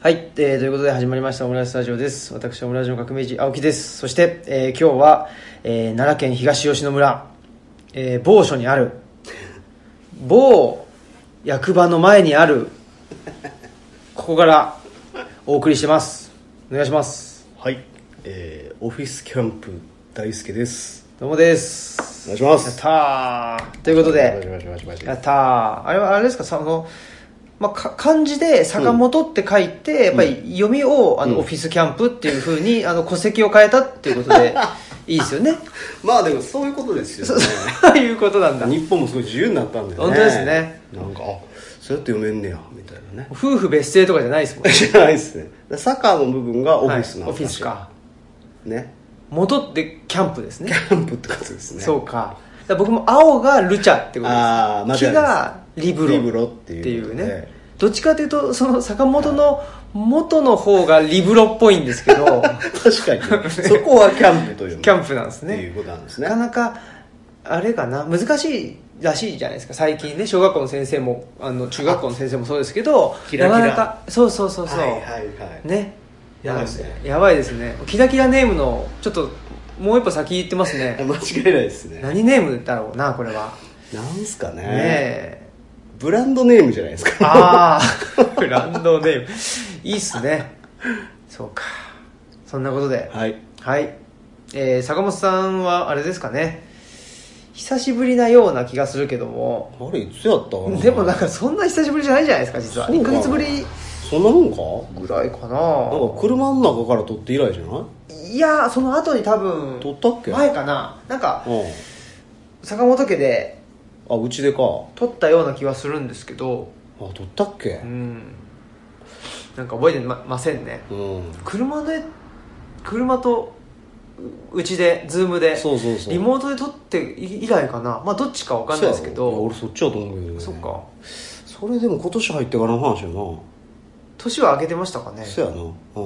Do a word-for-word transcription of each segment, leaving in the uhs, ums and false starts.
はい、えー、ということで始まりましたオムライススタジオです。私オムライスの革命児青木です。そして、えー、今日は、えー、奈良県東吉野村、えー、某所にある某役場の前にあるここからお送りしてます。お願いします。 はい、えー、オフィスキャンプ大輔です。 どうもです。 お願いします。 やったーということでやったーあれはあれですか、そのまあ、漢字で坂本って書いて、うん、やっぱり読みをあの、うん、オフィスキャンプっていう風にあの戸籍を変えたっていうことでいいですよね。 まあでもそういうことですよね。 そういうことなんだ。 日本もすごい自由になったんだよね。 本当ですね。 なんかあそうやって読めんねやみたいなね。 夫婦別姓とかじゃないですもんね。 じゃないですね。坂の部分がオフィスなんです、はい、 オフィスかね。 元ってキャンプですね。 キャンプってことですね。 そうか。だ僕も青がルチャってことです。 ああ、 木がリブロリブロっていう、 っていうね。どっちかというとその坂本の元の方がリブロっぽいんですけど確かにそこはキャンプというキャンプなんですね。 っていうことなんですね。 なかなかあれかな、難しいらしいじゃないですか最近ね。小学校の先生もあの中学校の先生もそうですけど、 キラキラなかなかそうそうそうそう、 はいはいはい、 ね、 やばいですね。 やばいですね。キラキラネームのちょっともう一歩先行ってますね。 間違いないですね。 何ネームだろうなこれは。 なんすかね。 ねえ、 ブランドネームじゃないですか。 ああブランドネームいいっすね。そうか、そんなことではいはい、えー、坂本さんはあれですかね、久しぶりなような気がするけども。 あれいつやったかな。 でもなんかそんな久しぶりじゃないじゃないですか実は。いっかげつぶりそんなもんかぐらいかな。 なんか車の中から撮って以来じゃない。 いやその後に多分撮ったっけ。 前かな。なんか、 うん、 坂本家であうちでか撮ったような気はするんですけど。 あ撮ったっけ。うんなんか覚えて ま, ませんね、うん、車で車とうちでズームでそうそうそうリモートで撮って以来かな。まあどっちか分かんないですけど。 俺そっちだと思うけどね。 そっか。 それでも今年入ってからの話よな。 年は明けてましたかね。 そうやな、うん、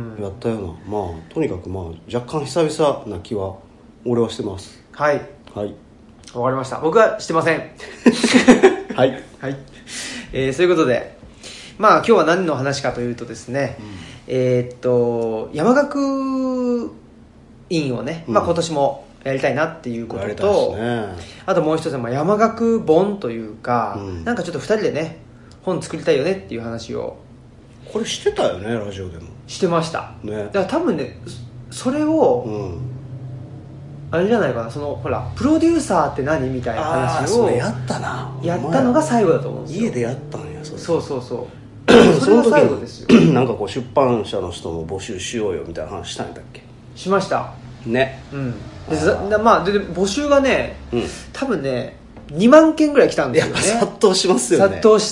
うん、やったよな。まあとにかくまあ若干久々な気は俺はしてます。 はいはいわかりました。僕はしてませんはいはい、えー、そういうことでまあ今日は何の話かというとですね、うん、えー、っと山学院をね、うん、まあ、今年もやりたいなっていうことと、ね、あともう一つは山学本というか、うん、なんかちょっとふたりでね本作りたいよねっていう話を。 これしてたよねラジオでも。 してました、 ね、 だから多分ねそれを、うんあれじゃないかな、そのほらプロデューサーって何みたいな話をやったなやったのが最後だと思うんですよ。 家でやったんや。 そうそうそうそうそれが最後ですよ。 なんかこう出版社の人も募集しようよみたいな話したんだっけ。 しましたね。 うんでまあで募集がね、うん、多分ねにまんけんぐらい来たんですよね。 やっぱ殺到しますよね。 殺到して。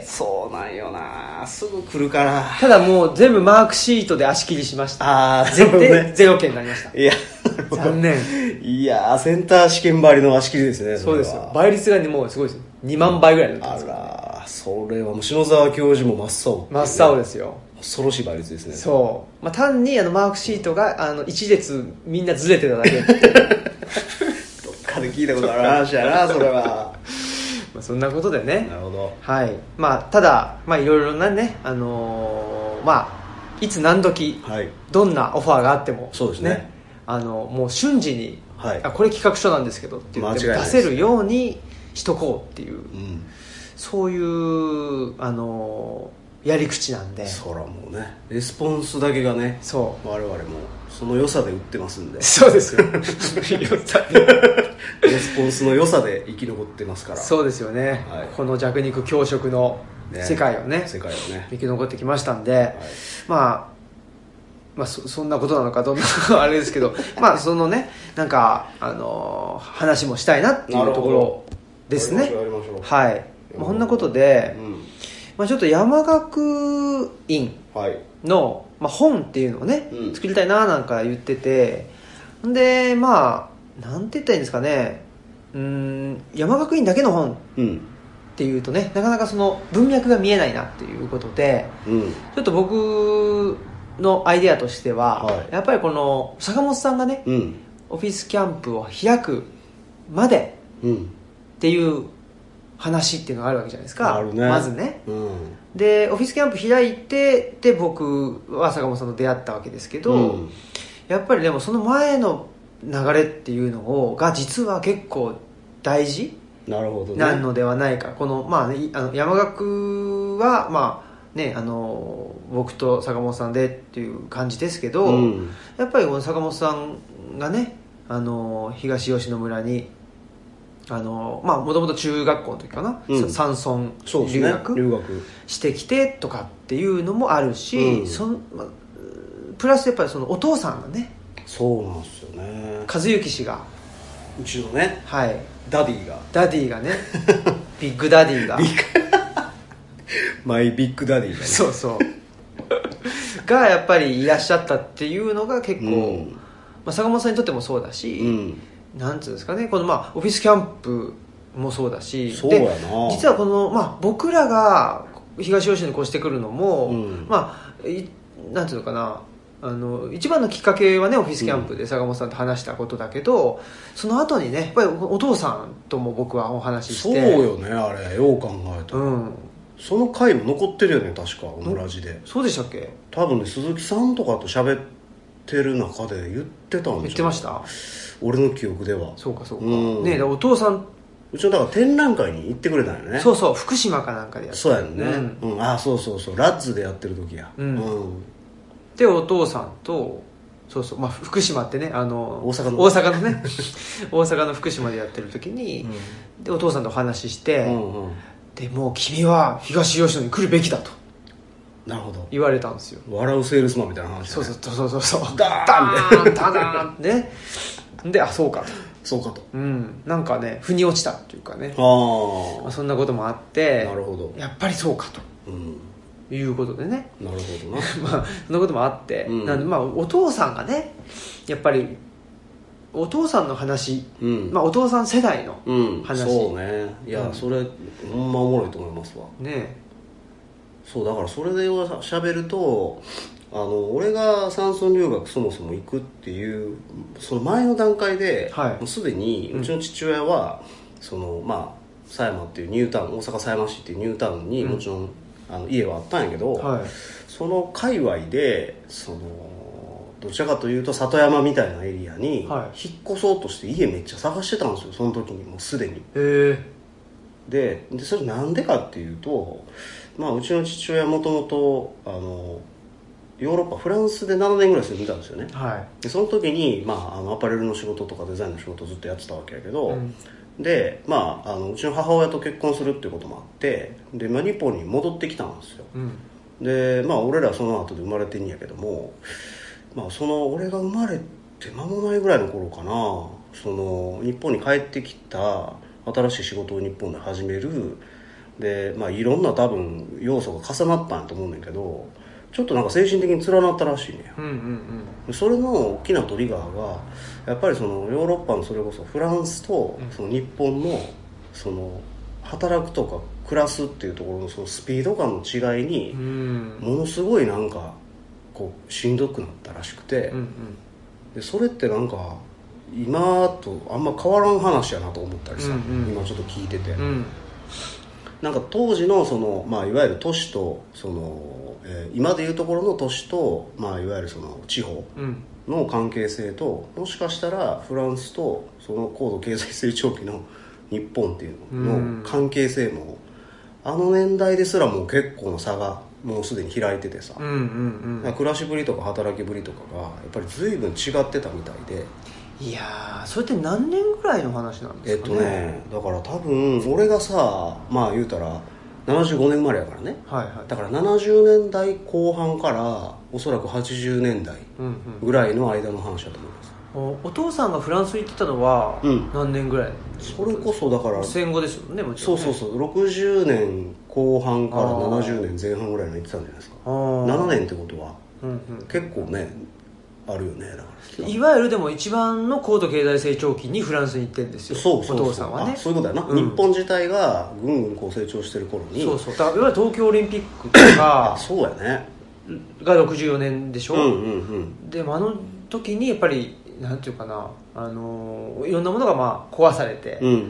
そうなんよな、すぐ来るから。 ただもう全部マークシートで足切りしました。 ああ全然ゼロ件になりました。 いや残念。 いやセンター試験張りの足切りですね。 そうですよ。倍率が、ね、もうすごいですよ。にまんばいぐらいになってますから、ね、 あらそれはもう篠沢教授も真っ青、 ね、真っ青ですよ。 恐ろしい倍率ですね。 そう、まあ、単にあのマークシートがあの一列みんなずれてただけどっかで聞いたことある話やなそれはまあそんなことでね。 なるほど。 はい、まあ、ただまあいろいろなね、あのー、まあいつ何時、はい、どんなオファーがあっても、ね、 そうですね、 あのもう瞬時に、はい、あこれ企画書なんですけどって言って出せるようにしとこうっていう、うん、そういうあのーやり口なんで。 そらもうねレスポンスだけがね、そう我々もその良さで売ってますんで。 そうですよレスポンスの良さで生き残ってますから。 そうですよね、はい、この弱肉強食の世界を ね, ね世界をね生き残ってきましたんで、はい、まあまあ、そ, そんなことなのかどんなあれですけどまあそのねなんかあのー、話もしたいなっていうところですね。はい、まあ、こんなことで、うん、まあ、ちょっと山学院の、まあ、本っていうのをね、うん、作りたいななんか言ってて、でまあなんて言ったらいいんですかね、うーん山学院だけの本っていうとね、なかなかその文脈が見えないなっていうことで、うん、ちょっと僕のアイデアとしては、はい、やっぱりこの坂本さんがね、うん、オフィスキャンプを開くまでっていう話っていうのがあるわけじゃないですか。 あるね。 まずね、 うん、 でオフィスキャンプ開いてで僕は坂本さんと出会ったわけですけど、うん、やっぱりでもその前の流れっていうのをが実は結構大事なのではないか。この、まあね、あの山岳はまあね、あの僕と坂本さんでっていう感じですけど、うん、やっぱりこの坂本さんがね、あの東吉野村にあのまあもともと中学校の時かな、うん、山村留学、 ね、留学してきてとかっていうのもあるし、うん、そのプラスやっぱりそのお父さんがね、 そうなんですよね、 和幸氏がうちのね、 はい、 ダディがダディがねビッグダディがマイビッグダディが、ね、 そうそうがやっぱりいらっしゃったっていうのが結構、うん、まあ、坂本さんにとってもそうだし、うん、なんつうんですかね、このまあオフィスキャンプもそうだし、 そうやな、 実はこの、まあ、僕らが東吉野に越してくるのも、うん、まあいなんていうのかな、あの一番のきっかけはねオフィスキャンプで坂本さんと話したことだけど、うん、その後にねやっぱりお父さんとも僕はお話しして、 そうよね、あれよう考えたら、うん、その回も残ってるよね確かオムラジで。 そうでしたっけ。 多分ね鈴木さんとかと喋ってる中で言ってたんじゃん。 言ってました、 俺の記憶では。 そうかそうか、うん、ねえ、お父さんうちのだから展覧会に行ってくれたんよね。 そうそう、福島かなんかでやってそうやんね、うんうん、あそうそうそう、ラッズでやってる時や、うんうん、 でお父さんとそうそう、まあ、福島ってね、あの大阪の大阪のね大阪の福島でやってる時に、うん、でお父さんとお話しして、うんうん、でもう君は東吉野に来るべきだとなるほど言われたんですよ。 笑うセールスマンみたいな話、ね、 そうそうそうそうそうダーンダダーンってねで、あそうかとそうかと、 うん、なんかね腑に落ちたっていうかね、 あ、 まあ、そんなこともあって、 なるほど、 やっぱりそうかと、うん、いうことでね、 なるほどなまあそんなこともあって、うん、なんでまあお父さんがねやっぱりお父さんの話、うん、まあお父さん世代の話、 うん、そうね、いや、うん、それほんまおもろいと思いますわね。 そうだからそれでしゃべると、あの俺が山村留学そもそも行くっていうその前の段階で、はい、もうすでにうちの父親は、うん、そのまあ狭山っていうニュータウン、大阪狭山市っていうニュータウンにもちろん、うん、あの家はあったんやけど、はい、その界隈でそのどちらかというと里山みたいなエリアに引っ越そうとして家めっちゃ探してたんですよ、その時にもうすでに。 へででそれなんでかっていうと、まあ、うちの父親もともとあのヨーロッパフランスでななねんぐらい住んでたんですよね、はい、でその時に、まあ、あのアパレルの仕事とかデザインの仕事をずっとやってたわけやけど、うん、で、まあ、あのうちの母親と結婚するっていうこともあってで、まあ、日本に戻ってきたんですよ、うん、で、まあ、俺らその後で生まれてんやけども、まあ、その俺が生まれて間もないぐらいの頃かな、その日本に帰ってきた新しい仕事を日本で始めるで、まあ、いろんな多分要素が重なったんやと思うんだけど、ちょっとなんか精神的に連なったらしいね、うんうんうん、それの大きなトリガーがやっぱりそのヨーロッパのそれこそフランスとその日本のその働くとか暮らすっていうところのそのスピード感の違いにものすごいなんかこうしんどくなったらしくて、うんうん、でそれってなんか今とあんま変わらん話やなと思ったりさ、うんうん、今ちょっと聞いてて、うん、なんか当時のその、まあ、いわゆる都市とその、えー、今でいうところの都市と、まあ、いわゆるその地方の関係性と、もしかしたらフランスとその高度経済成長期の日本っていうのの関係性も、あの年代ですらもう結構な差がもうすでに開いててさ、うんうんうん、暮らしぶりとか働きぶりとかがやっぱり随分違ってたみたいで。 いやー、それって何年ぐらいの話なんですかね。 えっとね、だから多分俺がさ、まあ言うたらななじゅうごねん生まれやからね、はいはい、だからななじゅうねんだいこう半からおそらくはちじゅうねんだいぐらいの間の話だと思います、 うんうん、お, お父さんがフランス行ってたのは何年ぐらい、うん、 それこそだから戦後ですよね、もちろんね。 そうそうそう、ろくじゅうねんこう半からななじゅうねんぜん半ぐらいの行ってたんじゃないですか。ななねんってことは、うんうん、結構ねあるよね。だからいわゆるでも一番の高度経済成長期にフランスに行ってるんですよ。 そうそうそう、 お父さんはね。 そういうことだよな、うん、日本自体がぐんぐんこう成長してる頃に。 そうそう、だからいわゆる東京オリンピックとかそうやねがろくじゅうよねんでしょ、うんうんうん、でもあの時にやっぱりなんていうかな、あのいろんなものがまあ壊されて、うん、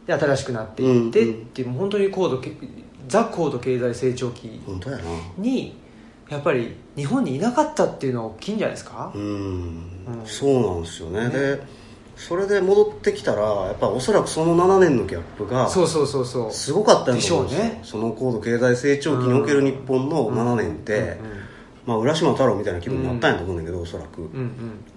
で新しくなっていってっていう、うんうん、本当に高度ザ高度経済成長期にやっぱり日本にいなかったっていうのは大きいんじゃないですか。 うん、うん、そうなんですよね、ね。でそれで戻ってきたらやっぱおそらくそのななねんのギャップがすごかったんですよね。その高度経済成長期における日本のななねんって、うんうんうん、まあ、浦島太郎みたいな気分になったんやと思うんだけど、おそらく、うんうん、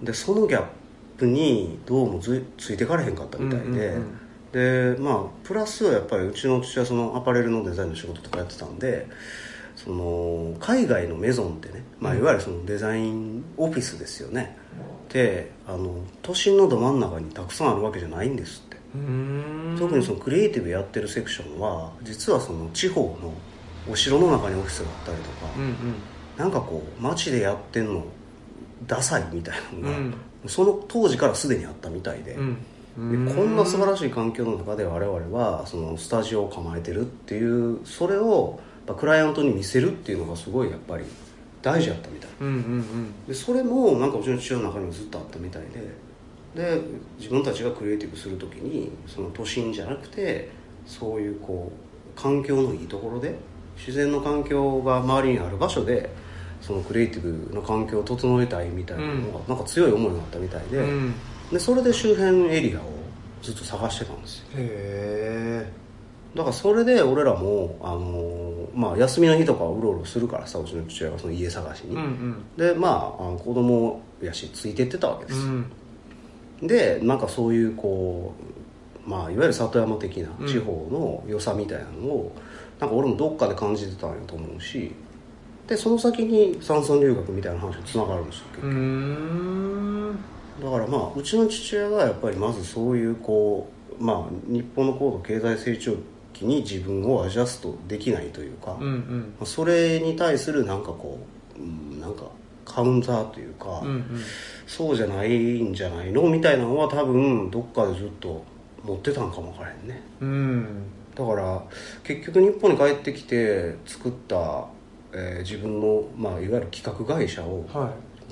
でそのギャップにどうもついてかれへんかったみたいで、うんうんうん、でまあプラスやっぱりうちの父はそのアパレルのデザインの仕事とかやってたんで、その海外のメゾンってね、まあ、いわゆるそのデザインオフィスですよね、であの都心のど真ん中にたくさんあるわけじゃないんですって。うーん、特にそのクリエイティブやってるセクションは実はその地方のお城の中にオフィスがあったりとか、うんうん、なんかこう街でやってんのダサいみたいなのが、うん、その当時からすでにあったみたいで、うん、でこんな素晴らしい環境の中で我々はそのスタジオを構えてるっていう、それをクライアントに見せるっていうのがすごいやっぱり大事だったみたい、うんうんうん、でそれもなんかうちの父親の中にもずっとあったみたいで、で自分たちがクリエイティブするときにその都心じゃなくてそういうこう環境のいいところで自然の環境が周りにある場所でそのクリエイティブの環境を整えたいみたいなのが、うん、なんか強い思いがあったみたいで、うん、でそれで周辺エリアをずっと探してたんですよ。へー。だからそれで俺らも、あのーまあ、休みの日とかはうろうろするからさ、うちの父親がその家探しに、うんうん、でまあ、あの子供やしついてってたわけですよ、うん、でなんかそういうこう、まあ、いわゆる里山的な地方の良さみたいなのを、うん、なんか俺もどっかで感じてたんやと思うし、でその先に山村留学みたいな話につながるんですよ結局。うーん、だからまあうちの父親がやっぱりまずそういうこう、まあ、日本の高度経済成長期に自分をアジャストできないというか、うんうん、それに対するなんかこう、うん、なんかカウンターというか、うんうん、そうじゃないんじゃないのみたいなのは多分どっかでずっと持ってたんかもわからへんね、うん、だから結局日本に帰ってきて作った、えー、自分の、まあ、いわゆる企画会社を、はい、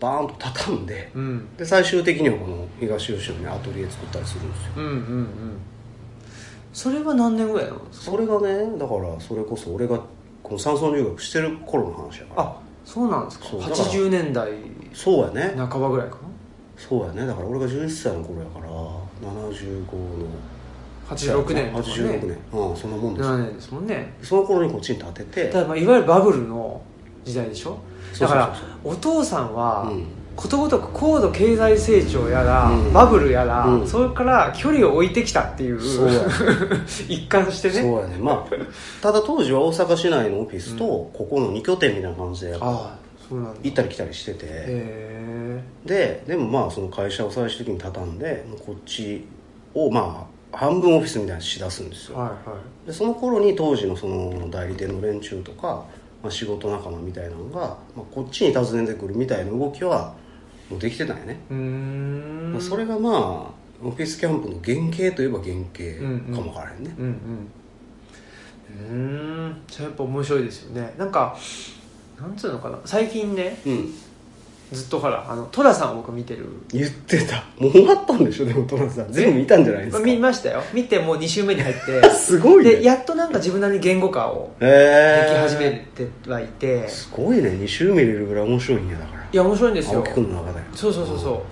バーンと畳んで、うん、で最終的にはこの東吉野にアトリエ作ったりするんですよ、うんうんうん。 それは何年ぐらいなんですか？ それがね、だからそれこそ俺がこの山村留学してる頃の話やから。 あ、そうなんですか。はちじゅうねんだいそうやね半ばぐらいかな。 そうやね、だから俺がじゅういっさいの頃やからななじゅうごのはちじゅうろくねんとかね。 はちじゅうろくねん、うん、そんなもんですよ。 ななねんですもんね。 その頃にこっちに建てて、 だからまあいわゆるバブルの時代でしょ。だからお父さんは、うん、ことごとく高度経済成長やら、うん、バブルやら、うん、それから距離を置いてきたっていう、そうや一貫してね。 そうやね、まあ、ただ当時は大阪市内のオフィスとここのに拠点みたいな感じでやっぱ行ったり来たりしてて、へででもまあその会社を最終的に畳んでこっちをまあ半分オフィスみたいにしだすんですよ、はいはい、でその頃に当時のその代理店の連中とか、まあ、仕事仲間みたいなのが、まあ、こっちに訪ねてくるみたいな動きはもうできてたんやね。うーん、それがまあオフィスキャンプの原型といえば原型かもわからへんね。うんうん、 うん、うーん、それやっぱ面白いですよね。なんかなんつうのかな、最近ね、うん、ずっとほらあのトラさんを僕見てる。 言ってた。もう終わったんでしょ。でもトラさん全部見たんじゃないですか。 見ましたよ。見てもうに週目に入ってすごいね。 でやっとなんか自分なりに言語化をでき始めてはいて、 すごいね。に週見れるぐらい面白いんや。だからいや面白いんですよ。 青木くんの中で。 そうそうそうそう、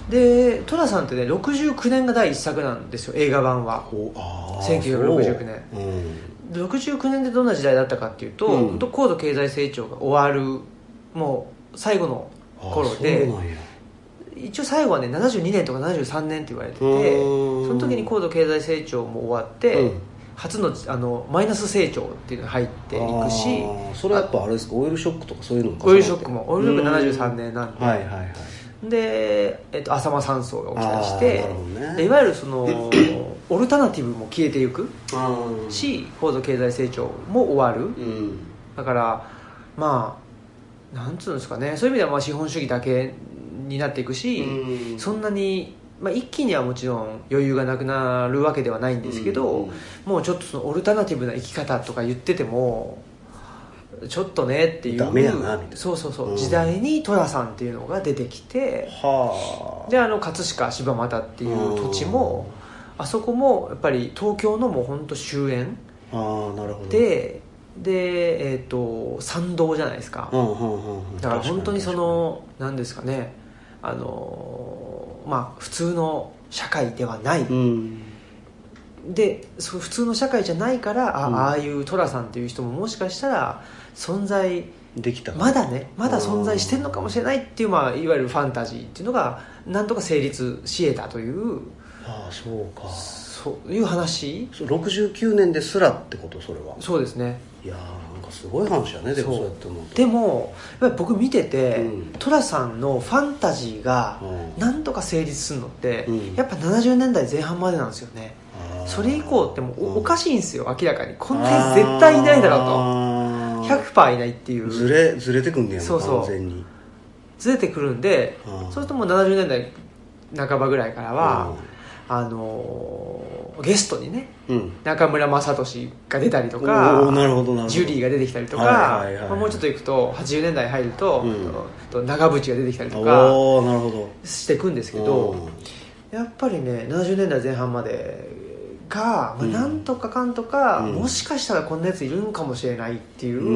でトラさんってねろくじゅうきゅうねんが第一作なんですよ、映画版は。あせんきゅうひゃくろくじゅうきゅうねん、うん、ろくじゅうきゅうねんでどんな時代だったかっていうと、うん、高度経済成長が終わるもう最後の頃で、一応最後はねななじゅうにねんとかななじゅうさんねんって言われてて、その時に高度経済成長も終わって、うん、初のあのマイナス成長っていうのが入っていくし、 それはやっぱあれですか、オイルショックとかそういうのもオイルショックもオイルショックななじゅうさんねんなんで、 はいはいはい、 で、えっと、浅間山荘が起きたりして、ね、でいわゆるそのオルタナティブも消えていくし、高度経済成長も終わる、うん、だからまあなんつうんですかね、そういう意味ではまあ資本主義だけになっていくし、うん、そんなに、まあ、一気にはもちろん余裕がなくなるわけではないんですけど、うん、もうちょっとそのオルタナティブな生き方とか言っててもちょっとねっていうダメやなみたいな、 そうそうそう、うん、時代に寅さんっていうのが出てきて、はあ、であの葛飾柴又っていう土地も、 あそこもやっぱり東京のもう本当終焉あーなるほどでで、えー、と参道じゃないですか、 うんうんうんうん、 だから本当にその何ですかね、あのまあ普通の社会ではない、うん、でそ普通の社会じゃないからあ、うん、ああいう寅さんっていう人ももしかしたら存在できたまだねまだ存在してるのかもしれないっていう、まあ、いわゆるファンタジーっていうのがなんとか成立し得たという、 ああそうかそういう話。 ろくじゅうきゅうねんですらってこと？それはそうですね。 いやーなんかすごい話やね。でもそうやって思うとでもやっぱり僕見てて、うん、寅さんのファンタジーがなんとか成立するのって、うん、やっぱななじゅうねんだいぜん半までなんですよね。それ以降ってもう お, おかしいんですよ明らかに。こんなに絶対いないだろうと ひゃくパーセント いないっていうずれずれてくんねやん。そうそう完全にずれてくるんで、そうするともうななじゅうねんだいなかばぐらいからは、あのー、ゲストにね、うん、中村雅俊が出たりとか、 なるほどなるほどジュリーが出てきたりとか、はいはいはいはい、まあ、もうちょっといくとはちじゅうねんだい入ると、うん、と長渕が出てきたりとかなるほどしていくんですけど、やっぱりねななじゅうねんだいぜん半までが、まあ、なんとかかんとか、うん、もしかしたらこんなやついるんかもしれないっていう、うん、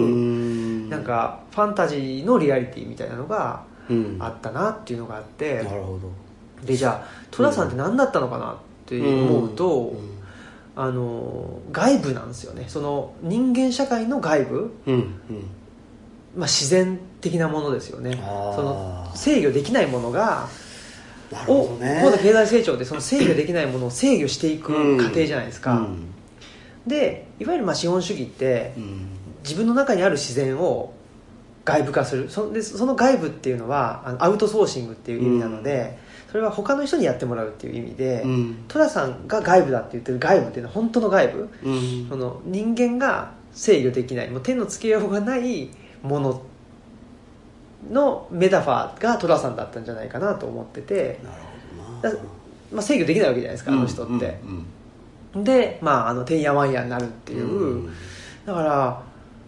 なんかファンタジーのリアリティみたいなのがあったなっていうのがあって、うん、 なるほど。 でじゃあ寅さんって何だったのかなって思うと、うんうん、あの外部なんですよね。その人間社会の外部、うんうん、まあ、自然的なものですよね。その制御できないものがなるほどね、 高度経済成長でその制御できないものを制御していく過程じゃないですか、うんうん、でいわゆるまあ資本主義って、うん、自分の中にある自然を外部化する。 そ, でその外部っていうのはあのアウトソーシングっていう意味なので、うん、それは他の人にやってもらうっていう意味で、寅、うん、さんが外部だって言ってる外部っていうのは本当の外部、うん、その人間が制御できない、もう手のつけようがないもののメタファーが寅さんだったんじゃないかなと思ってて。なるほどな。だ、まあ、制御できないわけじゃないですか、あの人って、うんうんうん、で、まあ、あのてんやわんやになるっていう、うん、だから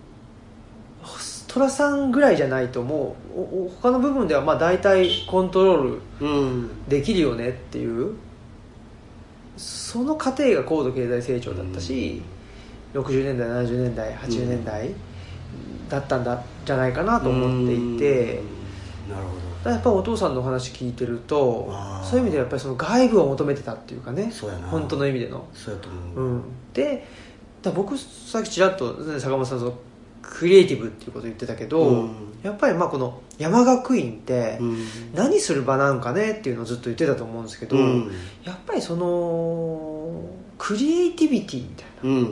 寅さんぐらいじゃないともう他の部分ではまあ大体コントロールできるよねっていう、うん、その過程が高度経済成長だったし、うん、ろくじゅうねんだいななじゅうねんだいはちじゅうねんだいだったんだじゃないかなと思っていて、 うん、なるほど。 だからやっぱお父さんのお話聞いてるとそういう意味ではやっぱりその外部を求めてたっていうかね。 そうやな、 本当の意味での。 そうやと思う、 うん、でだ僕さっきちらっと坂本さんのクリエイティブっていうことを言ってたけど、うん、やっぱりまあこの山学院って何する場なんかねっていうのをずっと言ってたと思うんですけど、うん、やっぱりそのクリエイティビティみたいな、うんうんうん、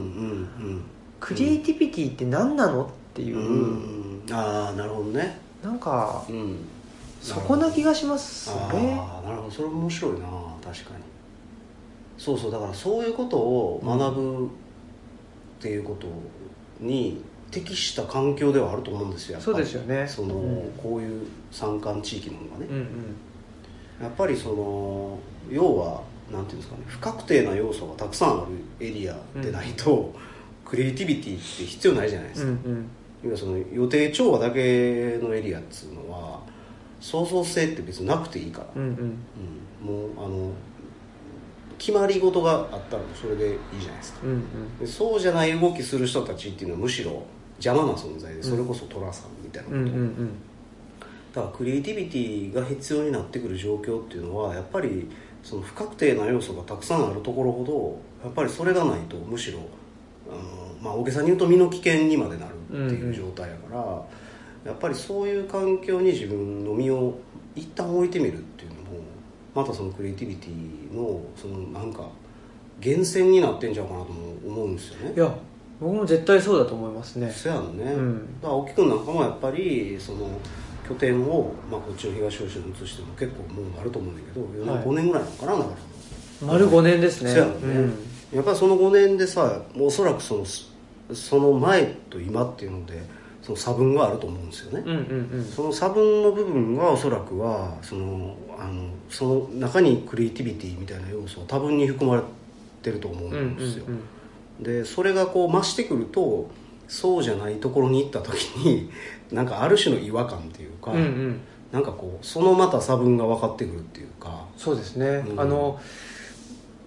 クリエイティビティって何なのっていう、 うんうん、ああなるほどね。 なんか、うん、そこな気がしますね。 ああなるほど、それ面白いな。確かにそうそう。だからそういうことを学ぶっていうことに適した環境ではあると思うんですよ。やっぱりそうですよね。 その、うん、こういう山間地域のがね、うんうん、やっぱりその要はなんていうんですかね、不確定な要素がたくさんあるエリアでないと、うん、クリエイティビティって必要ないじゃないですか、うんうん、要はその予定調和だけのエリアっつうのは創造性って別になくていいから、うんうんうん、もうあの決まり事があったらそれでいいじゃないですか、うんうん、でそうじゃない動きする人たちっていうのはむしろ邪魔な存在で、それこそ寅さんみたいなこと、うんうんうん、だからクリエイティビティが必要になってくる状況っていうのはやっぱりその不確定な要素がたくさんあるところほどやっぱりそれがないとむしろあの、まあ、大げさに言うと身の危険にまでなるっていう状態やから、うんうん、やっぱりそういう環境に自分の身を一旦置いてみるっていうのもまたそのクリエイティビティのそのなんか源泉になってんちゃうかなとも思うんですよね。 いや僕も絶対そうだと思いますね。 そうやんね、うん、だから青木くんなんかもやっぱりその拠点を、まあ、こっちの東吉野に移しても結構もうあると思うんだけど、はい、ごねんぐらいなのかな。だから丸ごねんですね。 そうやんね、うん、やっぱりそのごねんでさおそらくそのその前と今っていうのでその差分があると思うんですよね、うんうんうん、その差分の部分がおそらくはそのあのその中にクリエイティビティみたいな要素は多分に含まれてると思うんですよ、うんうんうん、でそれがこう増してくるとそうじゃないところに行った時になんかある種の違和感っていうか、うんうん、なんかこうそのまた差分が分かってくるっていうか。 そうですね、うん、あの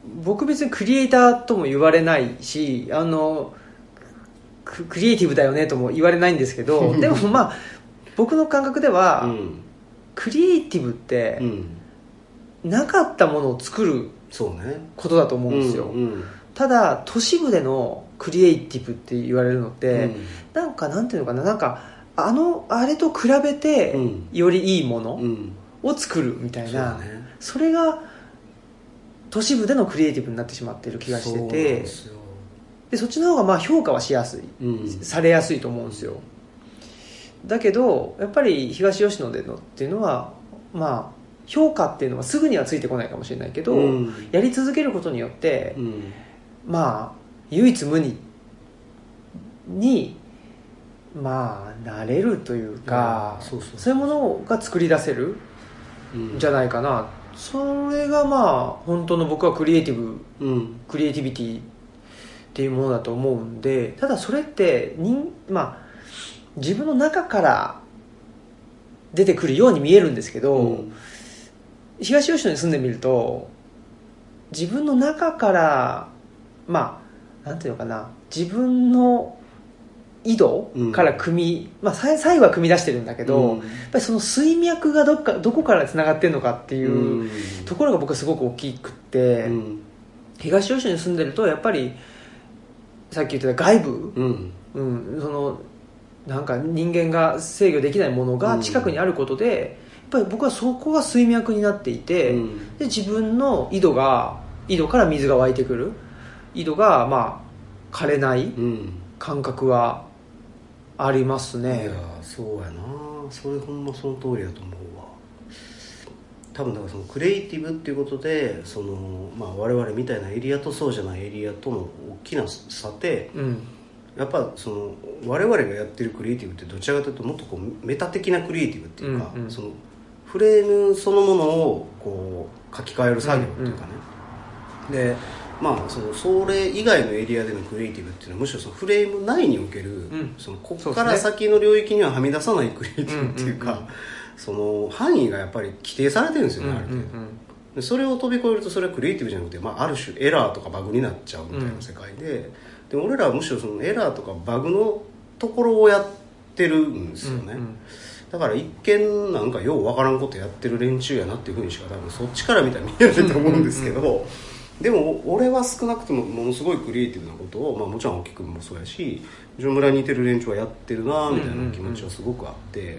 僕別にクリエイターとも言われないし、あのク, クリエイティブだよねとも言われないんですけどでもまあ僕の感覚では、うん、クリエイティブって、うん、なかったものを作ることだと思うんですよ、うんうん、ただ都市部でのクリエイティブって言われるのって、うん、なんかなんていうのかな、なんかあのあれと比べてよりいいものを作るみたいな、うんうん、 そ, ね、それが都市部でのクリエイティブになってしまっている気がしてて、 そ, でそっちの方がまあ評価はしやすい、うん、されやすいと思うんですよ。だけどやっぱり東吉野でのっていうのはまあ評価っていうのはすぐにはついてこないかもしれないけど、うん、やり続けることによって、うん、まあ唯一無二にまあなれるというか、うん、そうそうそうそういうものが作り出せるんじゃないかな、うん、それがまあ本当の僕はクリエイティブ、うん、クリエイティビティっていうものだと思うんで、ただそれって人、まあ、自分の中から出てくるように見えるんですけど、うん、東吉野に住んでみると自分の中からまあなんていうのかな、自分の井戸から組み、うん、まあ最後は組み出してるんだけど、うん、やっぱりその水脈がどっかどこからつながってるのかっていうところが僕はすごく大きくって、うん、東吉野に住んでるとやっぱりさっき言ってた外部、うんうん、そのなんか人間が制御できないものが近くにあることで、うん、やっぱり僕はそこが水脈になっていて、うん、で自分の井戸が井戸から水が湧いてくる、井戸がまあ枯れない感覚はありますね。 いやそうやな、それほんまその通りだと思うわ。多分だからそのクリエイティブっていうことでその、まあ、我々みたいなエリアとそうじゃないエリアとの大きな差って、うん、やっぱその我々がやってるクリエイティブってどちらかというともっとこうメタ的なクリエイティブっていうか、うんうん、そのフレームそのものをこう書き換える作業っていうかね、うんうん、でまあそのそれ以外のエリアでのクリエイティブっていうのはむしろそのフレーム内における、うん、そのここから先の領域にははみ出さないクリエイティブっていうか、うんうんうん、その範囲がやっぱり規定されてるんですよね、うんうんうん、ある程度でそれを飛び越えるとそれはクリエイティブじゃなくて、まあ、ある種エラーとかバグになっちゃうみたいな世界で、うん、でも俺らはむしろそのエラーとかバグのところをやってるんですよね、うんうん、だから一見なんかようわからんことやってる連中やなっていうふうにしか多分そっちから見たら見えないと思うんですけど、うんうんうん、でも俺は少なくともものすごいクリエイティブなことを、まあ、もちろん青木君もそうやし自分村に似てる連中はやってるなみたいな気持ちはすごくあって、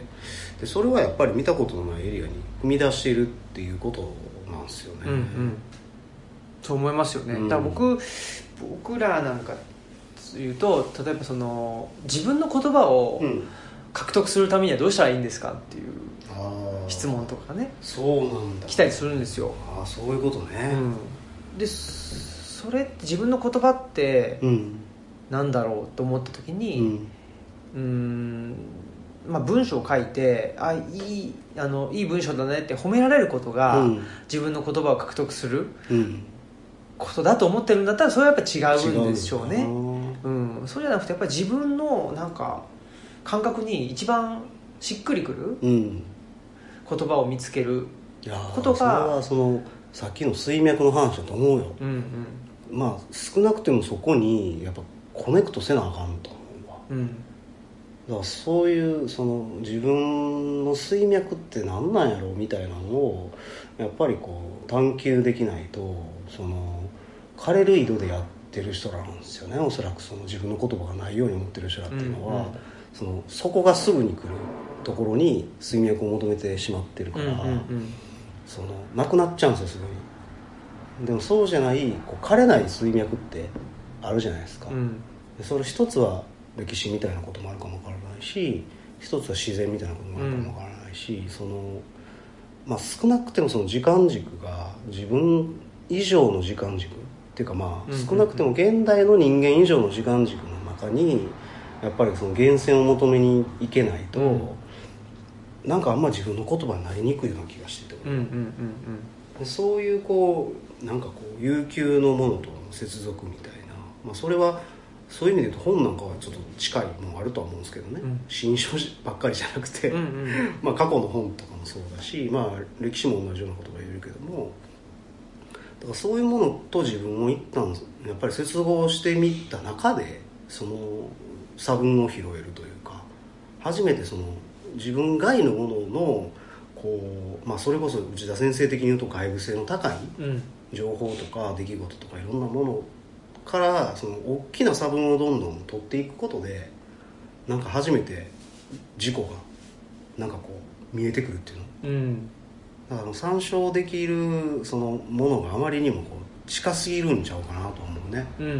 でそれはやっぱり見たことのないエリアに踏み出しているっていうことなんですよね、うんうん、 そう思いますよね、うん、だから僕僕らなんか言うと例えばその自分の言葉を獲得するためにはどうしたらいいんですかっていう質問とかね、 そうなんだ来たりするんですよ。 あ、そういうことね、 うん、でそれって自分の言葉ってなんだろうと思った時に、うん、うーんまあ、文章を書いてあいいあのいい文章だねって褒められることが、うん、自分の言葉を獲得することだと思ってるんだったらそれはやっぱ違うんでしょうね。うん、そうじゃなくてやっぱり自分のなんか感覚に一番しっくりくる、うん、言葉を見つけることが、それはそのさっきの水脈の話だと思うよ、うんうん、まあ少なくてもそこにやっぱコネクトせなあかんと思うわ、うん、だからそういうその自分の水脈って何なんやろうみたいなのをやっぱりこう探求できないとその枯れる井戸でやってる人らなんですよね。おそらくその自分の言葉がないように思ってる人らっていうのは、うんうん、そのそこがすぐに来るところに水脈を求めてしまってるから、うんうんうん、そのなくなっちゃうんですよすぐに。でもそうじゃないこう枯れない水脈ってあるじゃないですか、うん、でそれ一つは歴史みたいなこともあるかもわからないし一つは自然みたいなこともあるかもわからないし、うん、そのまあ、少なくてもその時間軸が自分以上の時間軸っていうかまあ少なくても現代の人間以上の時間軸の中にやっぱりその源泉を求めに行けないと、うん、なんかあんま自分の言葉になりにくいような気がしてて、うんうんうんうん、そういうこうなんかこう悠久のものとの接続みたいな、まあ、それはそういう意味で言うと本なんかはちょっと近いものあるとは思うんですけどね、うん、新書ばっかりじゃなくて、うんうん、まあ過去の本とかもそうだし、まあ、歴史も同じようなことが言えるけども、 からそういうものと自分を一旦やっぱり接合してみた中でその差分を拾えるというか、初めてその自分外のもののこう、まあ、それこそ内田先生的に言うと外部性の高い情報とか出来事とかいろんなものからその大きな差分をどんどん取っていくことで、なんか初めて自己がなんかこう見えてくるっていうの、うん、だから参照できるそのものがあまりにもこう近すぎるんちゃうかなと思うね、うんうんうん、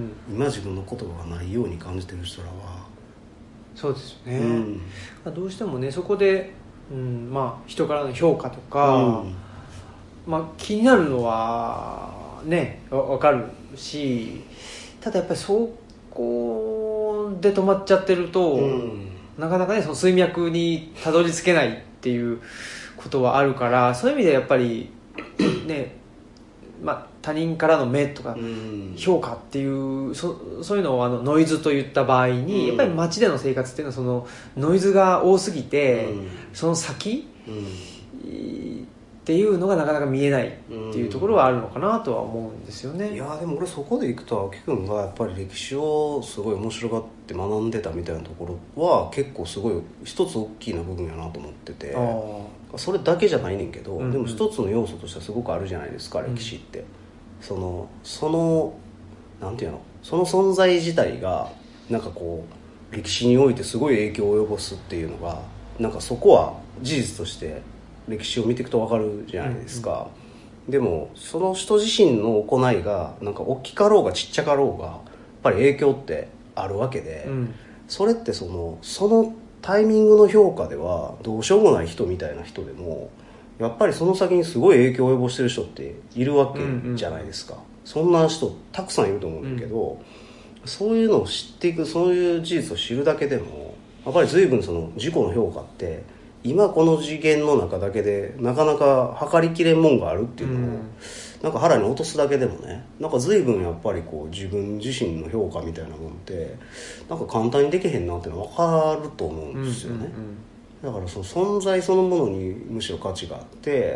今自分の言葉がないように感じてる人らはそうですよね、うん、どうしてもねそこで、うんまあ、人からの評価とか、うんまあ、気になるのはね分かるし、ただやっぱりそこで止まっちゃってると、うん、なかなかねその水脈にたどり着けないっていうことはあるから、そういう意味でやっぱりねまあ、他人からの目とか評価っていう、うん、そ, そういうのをあのノイズと言った場合に、うん、やっぱり街での生活っていうのはそのノイズが多すぎて、うん、その先、うん、っていうのがなかなか見えないっていうところはあるのかなとは思うんですよね、うん、 いやでも俺そこでいくと青木君がやっぱり歴史をすごい面白がって学んでたみたいなところは結構すごい一つ大きな部分やなと思ってて、それだけじゃないねんけど、うんうん、でも一つの要素としてはすごくあるじゃないですか、歴史って、うん、そのそのなんていうのその存在自体がなんかこう歴史においてすごい影響を及ぼすっていうのがなんかそこは事実として歴史を見ていくと分かるじゃないですか、うんうん、でもその人自身の行いがなんか大きかろうがちっちゃかろうがやっぱり影響ってあるわけで、うん、それってそのそのタイミングの評価ではどうしようもない人みたいな人でもやっぱりその先にすごい影響を及ぼしてる人っているわけじゃないですか、うんうん、そんな人たくさんいると思うんだけど、うん、そういうのを知っていく、そういう事実を知るだけでもやっぱり随分その自己の評価って今この次元の中だけでなかなか測りきれんもんがあるっていうのを、うん、なんか腹に落とすだけでもね、なんか随分やっぱりこう自分自身の評価みたいなもんってなんか簡単にできへんなっていうのは分かると思うんですよね、うんうんうん、だからその存在そのものにむしろ価値があって、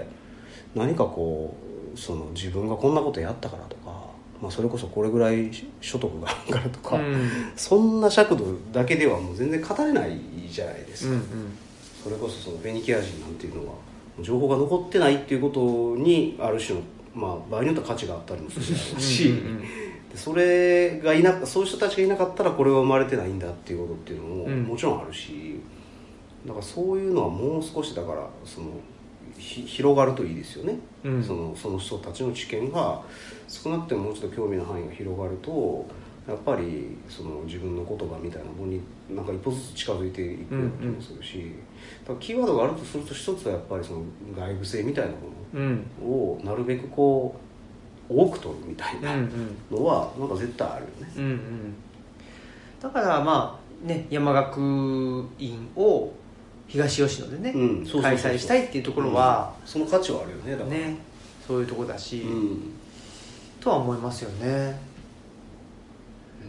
何かこうその自分がこんなことやったからとか、まあ、それこそこれぐらい所得があるからとか、うん、そんな尺度だけではもう全然語れないじゃないですか、うんうん、それこそそのフェニキア人なんていうのは情報が残ってないっていうことにある種の、まあ、場合によっては価値があったりもするしうんうん、うん、でそれがいなそういう人たちがいなかったらこれは生まれてないんだっていうことっていうのももちろんあるし、うん、だからそういうのはもう少しだからその広がるといいですよね、うん、その、その人たちの知見が少なくてももうちょっと興味の範囲が広がるとやっぱりその自分の言葉みたいなものになんか一歩ずつ近づいていくような気もするし、うんうん、だからキーワードがあるとすると一つはやっぱりその外部性みたいなものをなるべくこう多く取るみたいなのはなんか絶対あるよね、うんうん、 だからまあね山学院を東吉野でね、うん、そうそうそうそう開催したいっていうところは、 うん、その価値はあるよねだからね、そういうところだし、うん、とは思いますよね、 うん、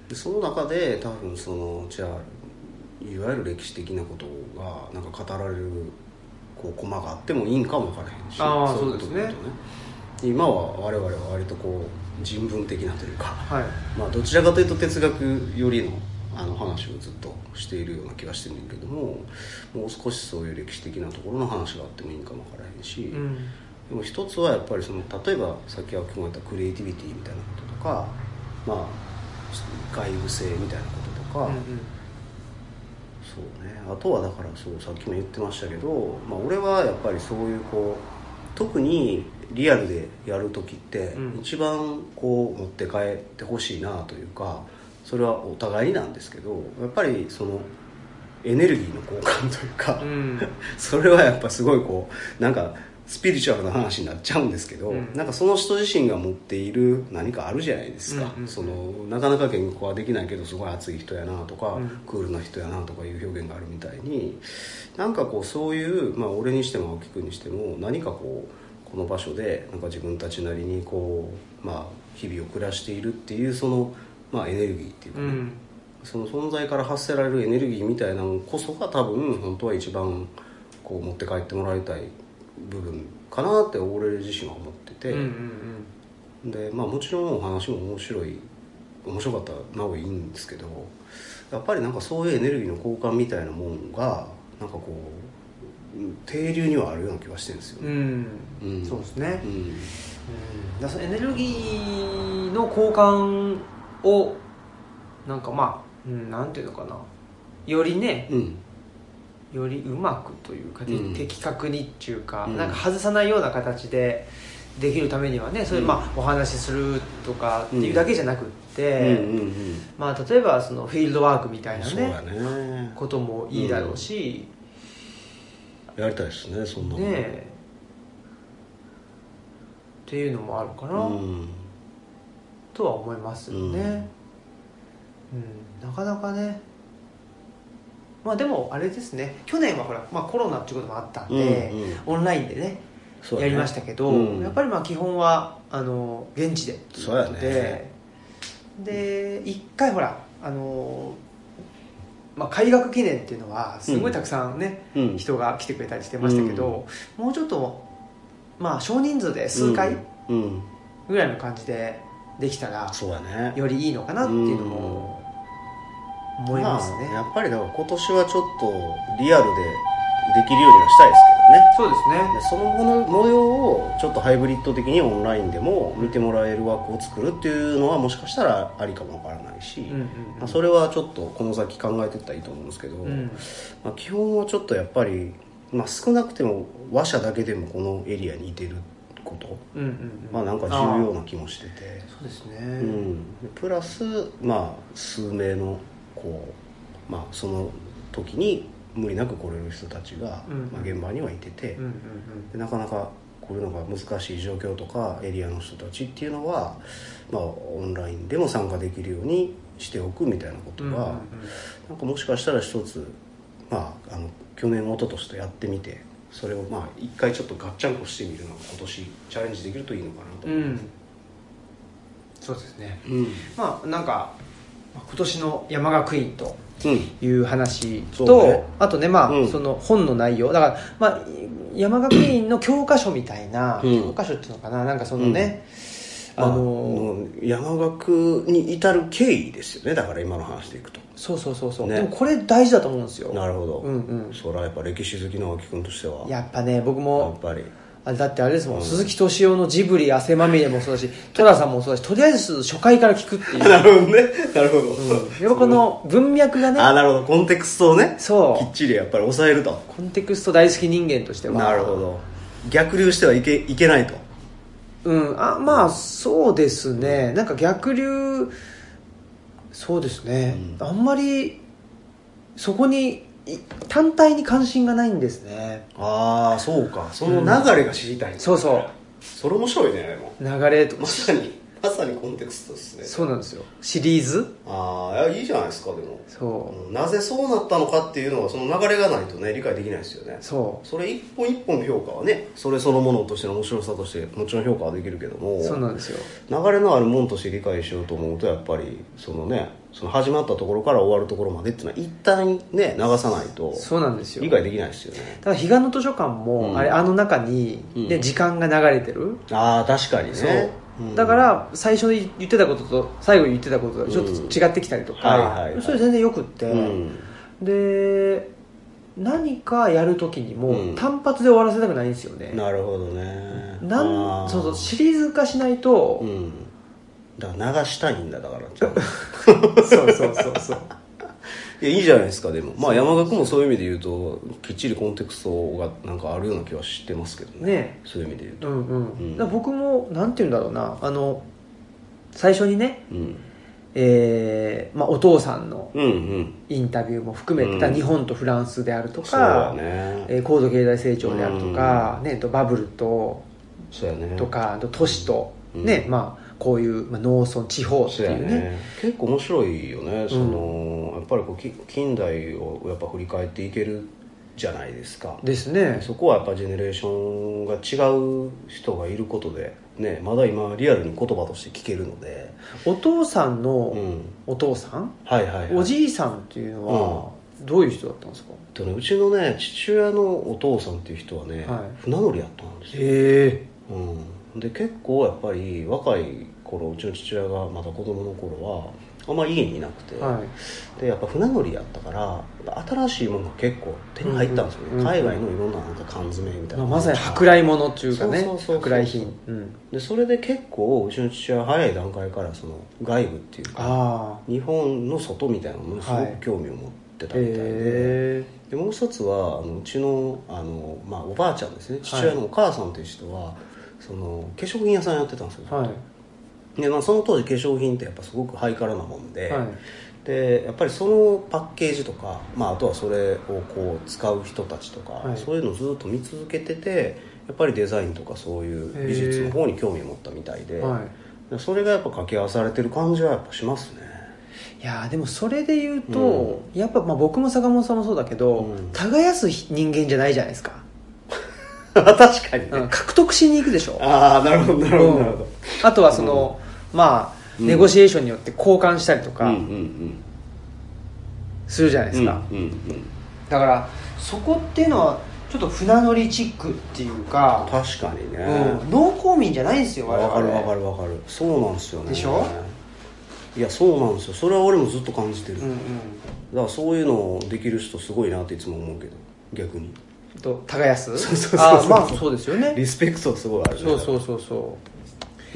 でその中で多分そのじゃあいわゆる歴史的なことがなんか語られるこうコマがあってもいいんかも分からへんし、 あそういうことね、 今は我々は割とこう人文的なというか、はい、まあどちらかというと哲学よりのあの話をずっとしているような気がしてるんだけども、もう少しそういう歴史的なところの話があってもいいかもわからへんし、うん、でも一つはやっぱりその例えばさっき青木君が言ったクリエイティビティみたいなこととか、まあ外部性みたいなこととか、うんうん、そうね、あとはだからそうさっきも言ってましたけど、まあ、俺はやっぱりそういうこう特にリアルでやる時って一番こう持って帰ってほしいなというか、それはお互いになんですけど、やっぱりそのエネルギーの交換というか、うん、それはやっぱすごいこうなんかスピリチュアルな話になっちゃうんですけど、うん、なんかその人自身が持っている何かあるじゃないですか、うんうん、そのなかなか言語はできないけどすごい熱い人やなとか、うん、クールな人やなとかいう表現があるみたいに、なんかこうそういう、まあ、俺にしても青木君にしても何かこうこの場所でなんか自分たちなりにこう、まあ、日々を暮らしているっていうそのまあ、エネルギーっていうかね、うん、その存在から発せられるエネルギーみたいなのこそが多分本当は一番こう持って帰ってもらいたい部分かなって俺自身は思ってて、うんうんうん、でまあもちろんお話も面白い面白かったらなおいいんですけど、やっぱりなんかそういうエネルギーの交換みたいなもんがなんかこう定流にはあるような気がしてるんですよね、 うんうん、そうですね、うんうん、だそのエネルギーの交換をなんかまあ、うん、なんていうのかな、よりね、うん、よりうまくというか、うん、的確にっていうか、うん、なんか外さないような形でできるためにはね、それまあお話しするとかっていうだけじゃなくって、うんうんうんうん、まあ例えばそのフィールドワークみたいな ね, ねこともいいだろうし、 うん、やりたいですねそんなのねっていうのもあるかな、うん、とは思いますよね、うんうん、なかなかね。まあでもあれですね、去年はほら、まあ、コロナっていうこともあったんで、うんうん、オンラインで ね, ねやりましたけど、うん、やっぱりまあ基本はあの現地でっていうことで、で一回ほらあの、まあ、開学記念っていうのはすごいたくさんね、うん、人が来てくれたりしてましたけど、うん、もうちょっとまあ少人数で数回ぐらいの感じでできたらよりいいのかなっていうのも思いますね、 まあ、やっぱりだから今年はちょっとリアルでできるようにはしたいですけどね。 そうですね。 でその模様をちょっとハイブリッド的にオンラインでも見てもらえる枠を作るっていうのはもしかしたらありかもわからないし、うんうんうん、まあ、それはちょっとこの先考えていったらいいと思うんですけど、うん、まあ、基本はちょっとやっぱり、まあ、少なくても話者だけでもこのエリアにいてること、うんうんうん、まあなんか重要な気もしてて、 そうですね、 うん、プラスまあ数名のこう、まあ、その時に無理なく来れる人たちが、うんうん、まあ、現場にはいてて、うんうんうん、でなかなかこういうのが難しい状況とかエリアの人たちっていうのは、まあ、オンラインでも参加できるようにしておくみたいなことが、うんうんうん、なんかもしかしたら一つ、まあ、あの去年一昨年とやってみてそれをまあ一回ちょっとガッチャンコしてみるのが今年チャレンジできるといいのかなと思います、うん、 そうですね、うん、まあなんか今年の山学院という話と、うんね、あとね、まあ、うん、その本の内容だから、まあ、山学院の教科書みたいな、うん、教科書っていうのかな、なんかそのね、うん、あの、 まあ、山学に至る経緯ですよね。だから今の話でいくとそうそうそうそう、ね、でもこれ大事だと思うんですよ。 なるほど、うんうん、それはやっぱ歴史好きの青木君としてはやっぱね、僕もやっぱりあれだってあれですもん、うん、鈴木敏夫のジブリ汗まみれもそうだし寅さんもそうだし、とりあえず初回から聞くっていうなるほどね、なるほど、うん、 やっぱこの文脈がね、 あ、なるほど、コンテクストをね、そうきっちりやっぱり抑えると、 コンテクスト大好き人間としては。 なるほど、逆流してはいけ、いけないと。 うん、あ、まあそうですね、なんか逆流、そうですね、うん、あんまりそこに単体に関心がないんですね。 ああ、そうか、その流れが知りたい、ね、うん、 そうそう、 それ面白いね。でも流れとまさにまさにコンテクストですね。 そうなんですよ、シリーズ。 ああ、いいじゃないですか。でもそう、 うん、なぜそうなったのかっていうのはその流れがないとね理解できないですよね。 そうそれ一本一本の評価はね、それそのものとしての面白さとしてもちろん評価はできるけども、 そうなんですよ、 流れのあるものとして理解しようと思うとやっぱりそのね、その始まったところから終わるところまでっていうのは一旦ね流さないとそうなんですよ、 理解できないですよね。 だから彼岸の図書館も、うん、あれあの中に、ね、うん、時間が流れてる。 ああ、確かにね。そう、 うん、だから最初に言ってたことと最後に言ってたことがちょっと違ってきたりとか、うん、はいはいはい、それ全然よくって、うん、で何かやるときにも、うん、単発で終わらせたくないんですよね。 なるほどね。 なんそうそう、シリーズ化しないと、うん、 だから流したいんだ、だからそうそうそうそういや、いいじゃないですか。でもまあ山岳もそういう意味で言うときっちりコンテクストがなんかあるような気はしてますけど ね, ねそういう意味で言うと、うんうんうん、 だから僕もなんて言うんだろうな、あの最初にね、うん、えーまあ、お父さんのインタビューも含めてた日本とフランスであるとか、うん、ね、えー、高度経済成長であるとか、うんね、とバブルと、 そうやね、 とか都市と、うんね、まあこういう、まあ、農村地方っていうね、ね、 結構面白いよね、うん、そのやっぱりこう近代をやっぱ振り返っていけるじゃないですか。 ですね。 そこはやっぱジェネレーションが違う人がいることで、ね、まだ今リアルに言葉として聞けるので、 お父さんのお父さん、うん、はいはいはい、おじいさんっていうのは、 どういう人だったんですか？ と、ね、うちのね父親のお父さんっていう人はね、はい、船乗りやったんですよ。 へえ、 うん、で結構やっぱり若い頃、うちの父親がまだ子供の頃はあんまり家にいなくて、はい、でやっぱ船乗りやったから新しいものが結構手に入ったんですよね、うんうん、海外のいろんななんか缶詰みたいな、 まあ、まさに舶来物っていうかね、舶来品、うん、 でそれで結構うちの父親は早い段階からその外部っていうか日本の外みたいなものにすごく興味を持ってたみたいで、はい、でもう一つはあのうちの、あの、まあ、おばあちゃんですね、父親のお母さんという人は、はい、その化粧品屋さんやってたんですよ、はい、でまあ、その当時化粧品ってやっぱすごくハイカラなもんで、はい、でやっぱりそのパッケージとか、まあ、あとはそれをこう使う人たちとか、はい、そういうのをずっと見続けてて、やっぱりデザインとかそういう美術の方に興味を持ったみたいで、はい、でそれがやっぱ掛け合わされてる感じはやっぱしますね。 いやでもそれで言うと、うん、やっぱまあ僕も坂本さんもそうだけど、うん、耕す人間じゃないじゃないですか。 確かにね、 うん、獲得しに行くでしょ。 ああなるほどなるほど、うん、 あとはその、うん、まあネゴシエーションによって交換したりとかするじゃないですか、うんうんうん、だからそこっていうのはちょっと船乗りチックっていうか、 確かにね、 うん、農耕民じゃないんですよ。 わかるわかるわかる、そうなんですよね。 でしょ。 いやそうなんですよ、それは俺もずっと感じてる、うんうん、だからそういうのできる人すごいなっていつも思うけど、逆にと耕す、 そうそうそうそう、 あまあそうですよね、 リスペクトすごいあるね。 そうそうそうそう、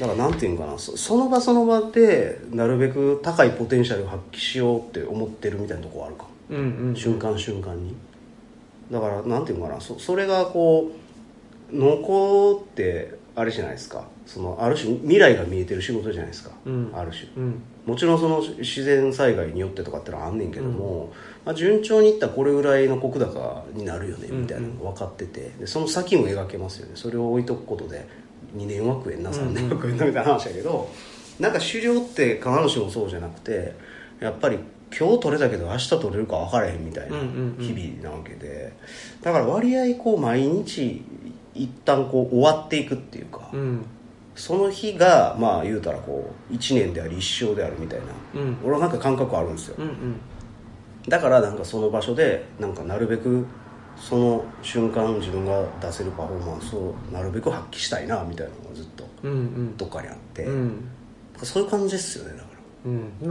だからなんていうんかな、 そ, その場その場でなるべく高いポテンシャルを発揮しようって思ってるみたいなところあるかも、うんうんうん、瞬間瞬間に。だからなんていうかな、 そ, それがこう農耕ってあれじゃないですか、そのある種未来が見えてる仕事じゃないですか、うん、ある種、うん、もちろんその自然災害によってとかってのはあんねんけども、うんまあ、順調にいったらこれぐらいの石高になるよねみたいなのが分かってて、でその先も描けますよね。それを置いとくことでにねん枠円なさんねん枠円なみたいな話だけど、うん、なんか狩猟って必ずしもそうじゃなくて、やっぱり今日取れたけど明日取れるか分からへんみたいな日々なわけで、だから割合こう毎日一旦こう終わっていくっていうか、うん、その日がまあ言うたらこういちねんであり一生であるみたいな、うん、俺はなんか感覚あるんですよ、うんうん、だからなんかその場所でなんかなるべくその瞬間自分が出せるパフォーマンスをなるべく発揮したいなみたいなのがずっとどっかにあって、うんうん、そういう感じですよね。だから、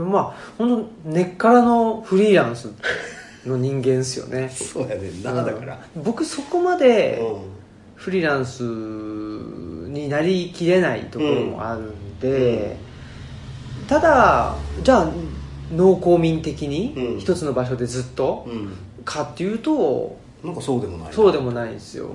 うん、まあ本当根っからのフリーランスの人間ですよねそうやねんな、だから、 うん、僕そこまでフリーランスになりきれないところもあるんで、うん、ただじゃあ農耕民的に一つの場所でずっとかっていうと、 なんかそうでもない、 そうでもないんですよ、うん、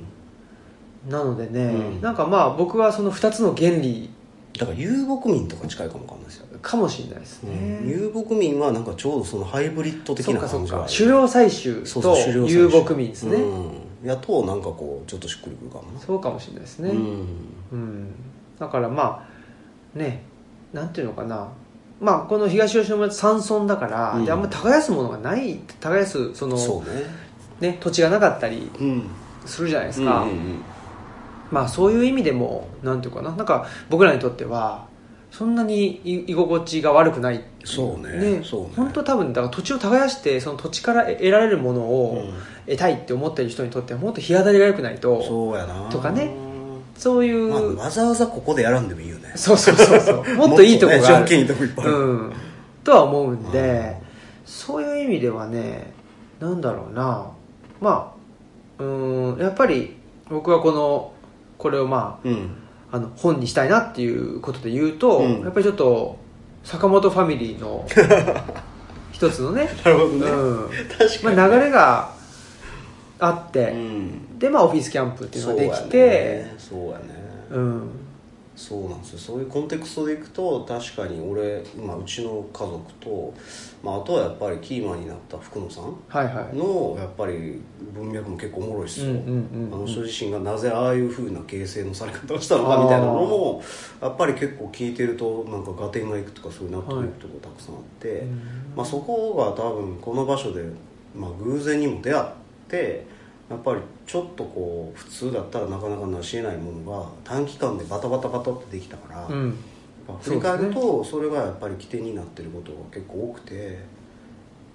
なのでね、うん、なんかまあ僕はそのふたつの原理だから遊牧民とか近いかもわかんないですよ、 かもしれないですね、 うん、遊牧民はなんかちょうどそのハイブリッド的な感じがある、 狩猟採集と遊牧民ですね、うん、 やとなんかこうちょっとしっくりくるかもな。 そうかもしれないですね、うんうん、だからまあね、なんていうのかな、まあこの東吉野村山村だから、うん、であんまり耕すものがない、耕すそのそうねね、土地がなかったりするじゃないですか、うんうんうんうん、まあそういう意味でもなんていうかな、なんか僕らにとってはそんなに居心地が悪くない。 そうね、 ね、そうね、本当多分だから土地を耕してその土地から得られるものを得たいって思ってる人にとってはもっと日当たりが良くないと、 そうやなとかね、そういう、 まあ、わざわざここでやらんでもいいよね。 そうそうそうそうもっといいとこがある、 条件いいとこいっぱいある、 うん、とは思うんで、そういう意味ではね、なんだろうな、まあうーんやっぱり僕はこのこれをまあ、うん、あの本にしたいなっていうことで言うと、うん、やっぱりちょっと坂本ファミリーの一つのねなるほどね、 うん、確かに、まあ、流れがあって、うん、でまあオフィスキャンプっていうのができて、 そうやね、 うん、 そうなんですよ。そういうコンテクストでいくと確かに俺今うちの家族と、まあ、あとはやっぱりキーマンになった福野さんのやっぱり文脈も結構おもろいですよ、あの人自身がなぜああいう風な形成のされ方をしたのかみたいなのもやっぱり結構聞いてるとなんか合点がいくとかそういう納得いくところたくさんあって、はい、まあ、そこが多分この場所で、まあ、偶然にも出会ってやっぱりちょっとこう普通だったらなかなか成し得ないものが短期間でバタバタバタってできたから、うん、振り返るとそれがやっぱり起点になってることが結構多くて、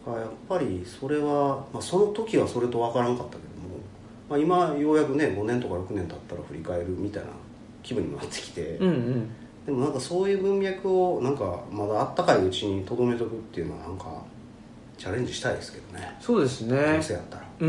やっぱりそれは、まあ、その時はそれと分からんかったけども、まあ、今ようやくねごねんとかろくねん経ったら振り返るみたいな気分にもなってきて、 うんうん、 でもなんかそういう文脈をなんかまだあったかいうちにとどめとくっていうのはなんかチャレンジしたいですけどね。 そうですね、 人生やったらうんうん、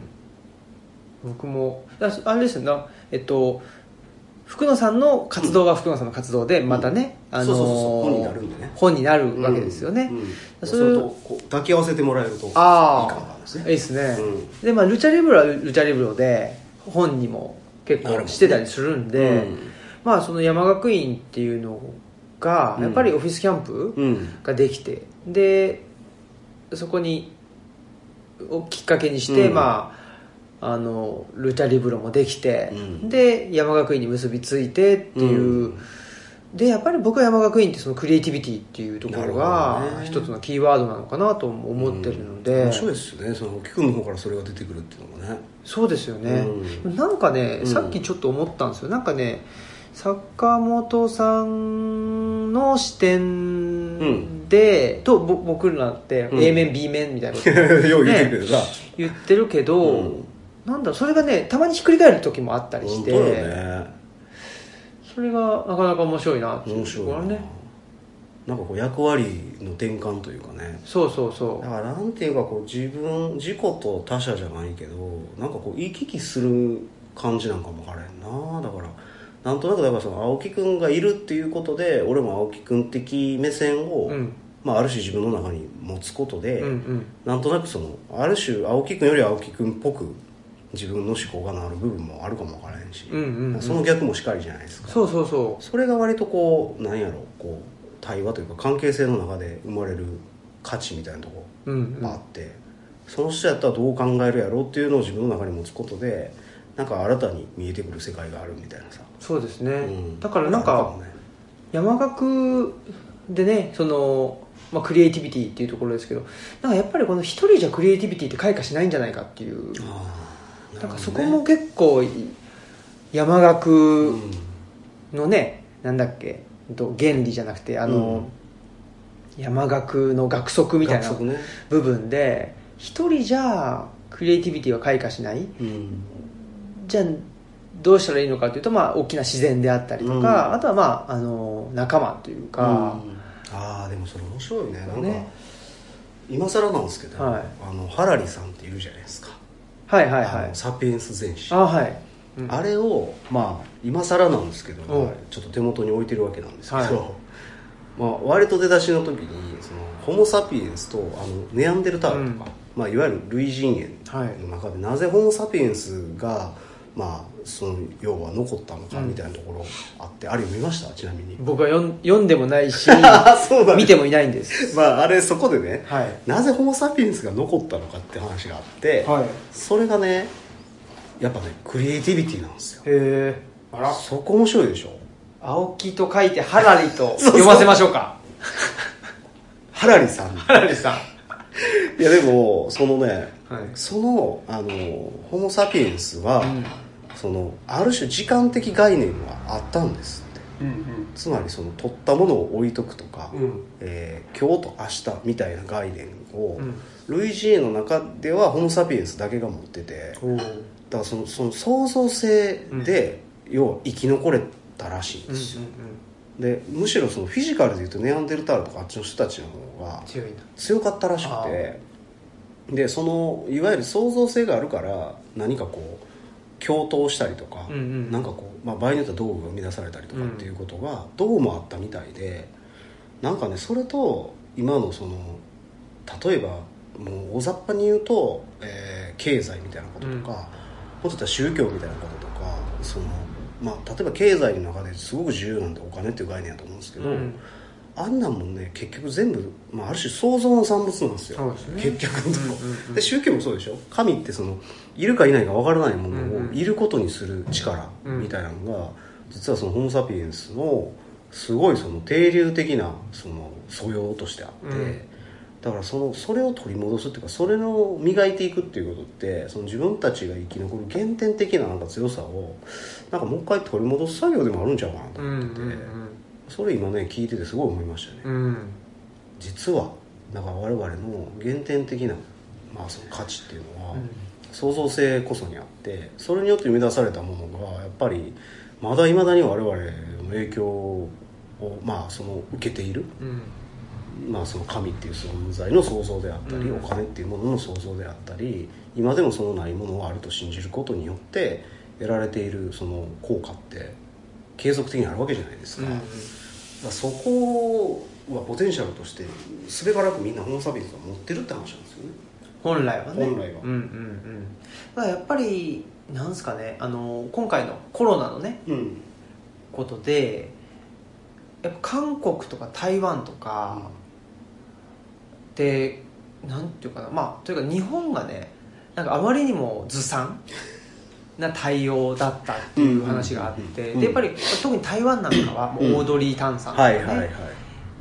僕もあれですよね、えっと福野さんの活動は福野さんの活動でまたね、 うん、あのー、そうそうそう本になるんでね、 本になるわけですよね、 うんうん、それとこう抱き合わせてもらえるといいかもですね。 いいですね、うん、で、まあ、ルチャリブロはルチャリブロで本にも結構してたりするんで、ね、うん、まあその山学院っていうのがやっぱりオフィスキャンプができて、うん、でそこにをきっかけにして、うん、まああのルチャリブロもできて、うん、で山学院に結びついてっていう、うん、でやっぱり僕は山学院ってそのクリエイティビティっていうところが一つのキーワードなのかなと思ってるので、 うん、面白いですよね、そのキ君の方からそれが出てくるっていうのもね。 そうですよね、うん、なんかね、うん、さっきちょっと思ったんですよ。なんかね坂本さんの視点で、うん、と僕らって A 面、うん、B 面みたいなこと、 ね、よう言ってるけどさ言ってるけど、うん、なんだそれがねたまにひっくり返る時もあったりして、 ね、 それがなかなか面白いなっていう面白いな、ね、なんかこう役割の転換というかね。 そうそうそう、 だからなんていうかこう自分自己と他者じゃないけどなんかこう行き来する感じなんかもわからへんな。だからなんとなくだからその青木くんがいるっていうことで俺も青木くん的目線を、うん、まあ、ある種自分の中に持つことで、うんうん、なんとなくそのある種青木くんより青木くんっぽく自分の思考がなる部分もあるかもわからへんし、うんうんうん、その逆もしかりじゃないですか。 そうそうそう、 それが割とこうなんやろこう対話というか関係性の中で生まれる価値みたいなところがあって、うんうん、その人やったらどう考えるやろうっていうのを自分の中に持つことでなんか新たに見えてくる世界があるみたいなさ。 そうですね、うん、だからなんか山学でねその、まあ、クリエイティビティっていうところですけどなんかやっぱりこの一人じゃクリエイティビティって開花しないんじゃないかっていう、あ、なんかそこも結構山学のね、うん、なんだっけ原理じゃなくてあの、うん、山学の学則みたいな部分で一、ね、人じゃクリエイティビティは開花しない、うん、じゃあどうしたらいいのかというと、まあ、大きな自然であったりとか、うん、あとは、まあ、あの仲間というか、 うん、ああでもそれ面白いね。なんかね今更なんですけど、はい、あのハラリさんっているじゃないですか。 はいはいはい、 あのサピエンス全史、 あ、はいうん、あれをまあ今更なんですけど、ちょっと手元に置いてるわけなんですけど、はい、まあ、割と出だしの時にそのホモ・サピエンスとあのネアンデルタールとか、うん、まあ、いわゆる類人猿の中で、なぜホモ・サピエンスがまあ、その要は残ったのかみたいなところあって、うん、あれ読みました？ちなみに僕は読ん読んでもないし見てもいないんです。 まああれそこでね、はい、なぜホモ・サピエンスが残ったのかって話があって、はい、それがねやっぱねクリエイティビティなんですよ。 へー、あら、 そこ面白いでしょ。 青木と書いてハラリと読ませましょうか。 ハラリさんハラリさんいやでもそのね、はい、そのあのホモ・サピエンスは、うん、そのある種時間的概念があったんですって、うんうん、つまりその取ったものを置いとくとか、うん、えー、今日と明日みたいな概念を、うん、類人猿の中ではホモ・サピエンスだけが持ってて、だからその、その創造性で、うん、要は生き残れたらしいんですよ、うんうんうん、でむしろそのフィジカルでいうとネアンデルタールとかあっちの人たちの方が強かったらしくて、でそのいわゆる創造性があるから何かこう共闘したりとか、うんうん、なんかこう、まあ、場合によっては道具が生み出されたりとかっていうことがどうもあったみたいで、なんかねそれと今のその例えばもう大雑把に言うと、えー、経済みたいなこととか、うん、もっと言ったら宗教みたいなこととか、その、まあ、例えば経済の中ですごく重要なんでお金っていう概念だと思うんですけど、うん、あんなんもね結局全部、まあ、ある種創造の産物なんですよ。そうですね、結局のところ、うんうんうん、で宗教もそうでしょ。神ってそのいるかいないか分からないものをいることにする力みたいなのが、実はそのホモ・サピエンスのすごいその定流的なその素養としてあって、うん、だからそのそれを取り戻すっていうか、それを磨いていくっていうことって、その自分たちが生き残る原点的ななんか強さをなんかもう一回取り戻す作業でもあるんちゃうかなと思ってて、うんうんうん、それ今ね聞いててすごい思いましたね、うん、実はだから我々の原点的な、まあ、その価値っていうのは、うん、創造性こそにあって、それによって生み出されたものがやっぱりまだいまだに我々の影響を、まあ、その受けている、うん、まあ、その神っていう存在の創造であったり、うん、お金っていうものの創造であったり、今でもそのないものがあると信じることによって得られているその効果って継続的にあるわけじゃないですか、うん、だからそこはポテンシャルとしてすべからくみんなホモ・サピエンスが持ってるって話なんですよね、 本来はね。 本来は、 うんうんうん、だからやっぱりなんですかね、あの今回のコロナのね、うん、ことでやっぱ韓国とか台湾とか、うん、でなんていうかな、まあというか日本がね、なんかあまりにもずさんな対応だったっていう話があって、でやっぱり特に台湾なんかはもうオードリー・タンさんとかね、うんはいはいはい、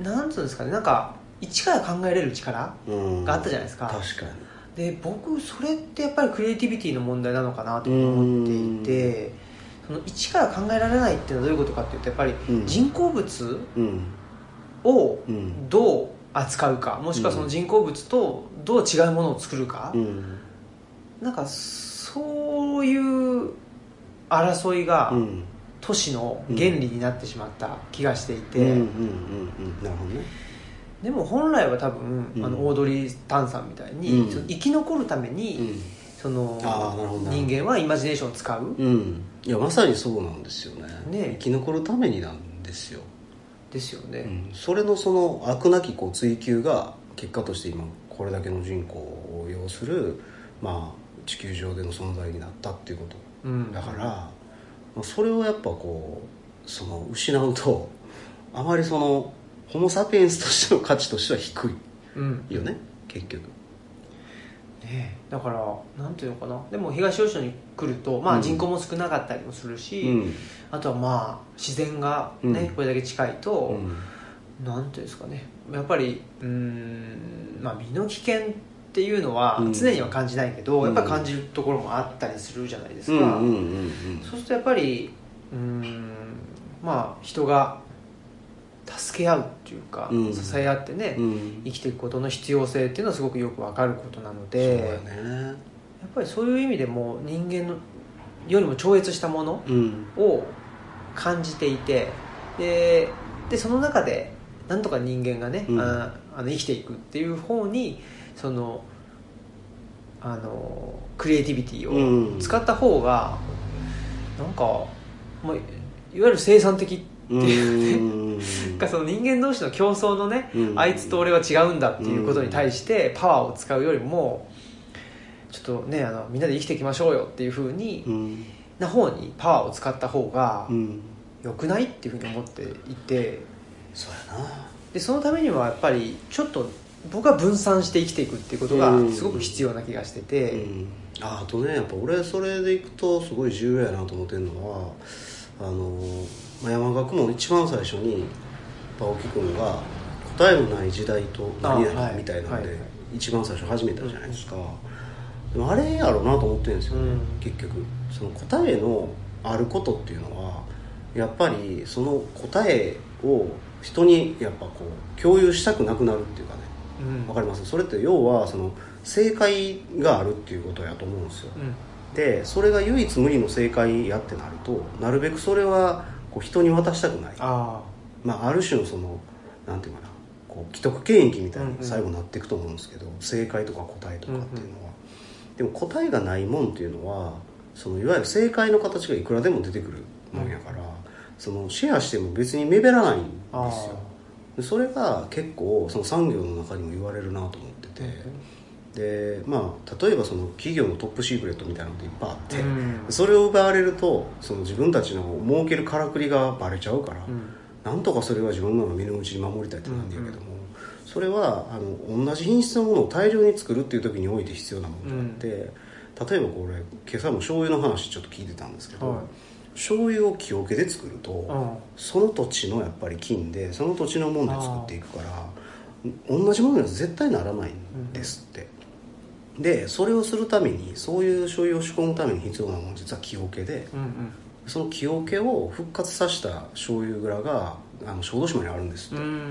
なんつうんですかね、なんか一から考えれる力があったじゃないですか、 うん、確かに。 で僕それってやっぱりクリエイティビティの問題なのかなと思っていて、その一から考えられないっていうのはどういうことかっていうと、やっぱり人工物をどう扱うか、もしくはその人工物とどう違うものを作るか、うん、なんかそういう争いが都市の原理になってしまった気がしていて、なるほどね。でも本来は多分、うん、あのオードリー・タンさんみたいに、うん、その生き残るために、うん、その人間はイマジネーションを使う、うん、 いやまさにそうなんですよ ね, ね生き残るためになんですよですよね、 うん、それのその飽くなきこう追求が結果として今これだけの人口を要する、まあ、地球上での存在になったっていうこと、うん、だから、まあ、それをやっぱこうその失うとあまりそのホモ・サピエンスとしての価値としては低いよね、うん、結局ね。だからなんていうのかな、でも東吉野に来ると、まあ、人口も少なかったりもするし、うん、あとはまあ自然がね、うん、これだけ近いと、うん、なんていうんですかね、やっぱりうーん、まあ、身の危険っていうのは常には感じないけど、うん、やっぱり感じるところもあったりするじゃないですか、うんうんうんうん、そうするとやっぱりうーん、まあ人が助け合うっていうか、うん、支え合ってね、うん、生きていくことの必要性っていうのはすごくよく分かることなので、そうだね、やっぱりそういう意味でも人間のよりも超越したものを感じていて、で、でその中でなんとか人間がね、うん、ああの生きていくっていう方にそのあのクリエイティビティを使った方が、うん、なんか、まあ、いわゆる生産的っていうねかその人間同士の競争のね、うん、あいつと俺は違うんだっていうことに対してパワーを使うよりもちょっとね、あのみんなで生きていきましょうよっていう風に、うん、な方にパワーを使った方が良くないっていう風に思っていて、 そうやな。 でそのためにはやっぱりちょっと僕は分散して生きていくっていうことがすごく必要な気がしてて、うんうん、 あ, あとね、やっぱ俺それでいくとすごい重要やなと思ってるのは、あの山岳も一番最初に青木君が答えのない時代と何々みたいなので一番最初始めたじゃないですか、でもあれやろうなと思ってるんですよね、うん、結局その答えのあることっていうのはやっぱりその答えを人にやっぱこう共有したくなくなるっていうかね、うん、わかります？それって要はその正解があるっていうことやと思うんですよ、うん、でそれが唯一無二の正解やってなるとなるべくそれはこう人に渡したくない、あ、まあ、ある種のそのなんていうかな、こう既得権益みたいに最後なっていくと思うんですけど、うんうん、正解とか答えとかっていうのは、うんうん、でも答えがないもんっていうのはそのいわゆる正解の形がいくらでも出てくるもんやから、うん、そのシェアしても別に目減らないんですよ。でそれが結構その産業の中にも言われるなと思ってて、うん、でまあ、例えばその企業のトップシークレットみたいなのっていっぱいあって、うん、それを奪われるとその自分たちの儲けるからくりがバレちゃうから、うん、なんとかそれは自分の身の内に守りたいってなんだけども、うんうん、それはあの同じ品質のものを大量に作るっていう時において必要なものであって、うん、例えばこれ今朝も醤油の話ちょっと聞いてたんですけど、はい、醤油を木桶で作ると、うん、その土地のやっぱり菌でその土地のもので作っていくから同じものには絶対ならないんですって、うん、でそれをするためにそういう醤油を仕込むために必要なもの実は木桶で、うんうん、その木桶を復活させた醤油蔵があの小豆島にあるんですって、うん、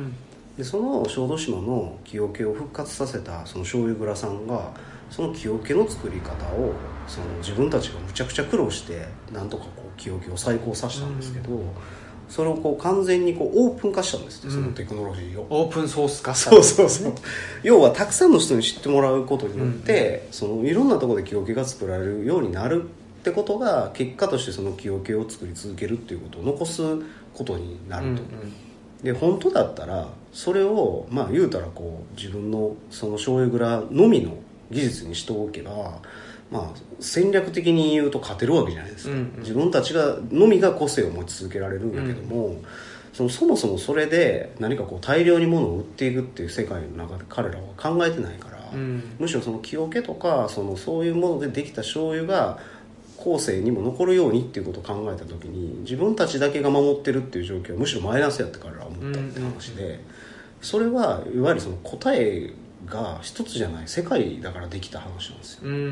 でその小豆島の木桶を復活させたその醤油蔵さんがその木桶の作り方をその自分たちがむちゃくちゃ苦労してなんとかこう木桶を再興させたんですけど、うん、それをこう完全にこうオープン化したんですって、うん、そのテクノロジーをオープンソース化した、 ね、そうそうそう。要はたくさんの人に知ってもらうことによって、うん、そのいろんなところで木桶が作られるようになるってことが結果としてその木桶を作り続けるっていうことを残すことになると、うんうん、で本当だったらそれをまあ言うたらこう自分のその醤油蔵のみの技術にしておけば、まあ、戦略的に言うと勝てるわけじゃないですか、うんうん、自分たちがのみが個性を持ち続けられるんだけども、うん、そのそもそもそれで何かこう大量に物を売っていくっていう世界の中で彼らは考えてないから、うん、むしろその木桶とかそのそういうものでできた醤油が後世にも残るようにっていうことを考えた時に自分たちだけが守ってるっていう状況はむしろマイナスやって彼らは思ったって話で、うんうん、それはいわゆるその答えが一つじゃない世界だからできた話なんですよ、うん、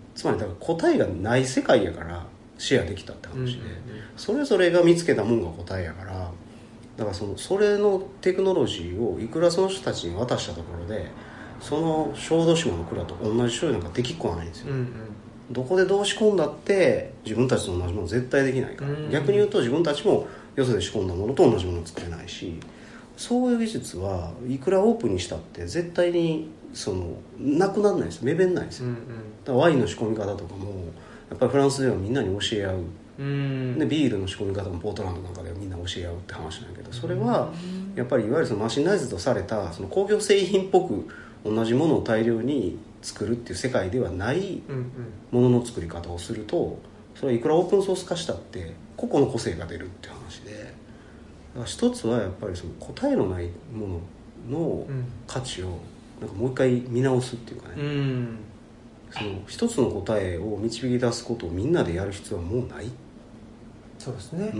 つまりだから答えがない世界やからシェアできたって話で、うんうんうん、それぞれが見つけたもんが答えやからだからそのそれのテクノロジーをいくらその人たちに渡したところでその小豆島の蔵と同じ醤油なんかできっこはないんですよ、うんうん、どこでどう仕込んだって自分たちと同じもの絶対できないから、うんうん、逆に言うと自分たちもよそで仕込んだものと同じものを作れないしそういう技術はいくらオープンにしたって絶対にそのなくならないです目減ないですよ、うんうん、だからワインの仕込み方とかもやっぱりフランスではみんなに教え合う、うん、でビールの仕込み方もポートランドなんかではみんな教え合うって話なんだけどそれはやっぱりいわゆるそのマシンナイズとされたその工業製品っぽく同じものを大量に作るっていう世界ではないものの作り方をするとそれはいくらオープンソース化したって個々の個性が出るっていう話で一つはやっぱりその答えのないものの価値をなんかもう一回見直すっていうかね、うん、その一つの答えを導き出すことをみんなでやる必要はもうないそうですね、うん、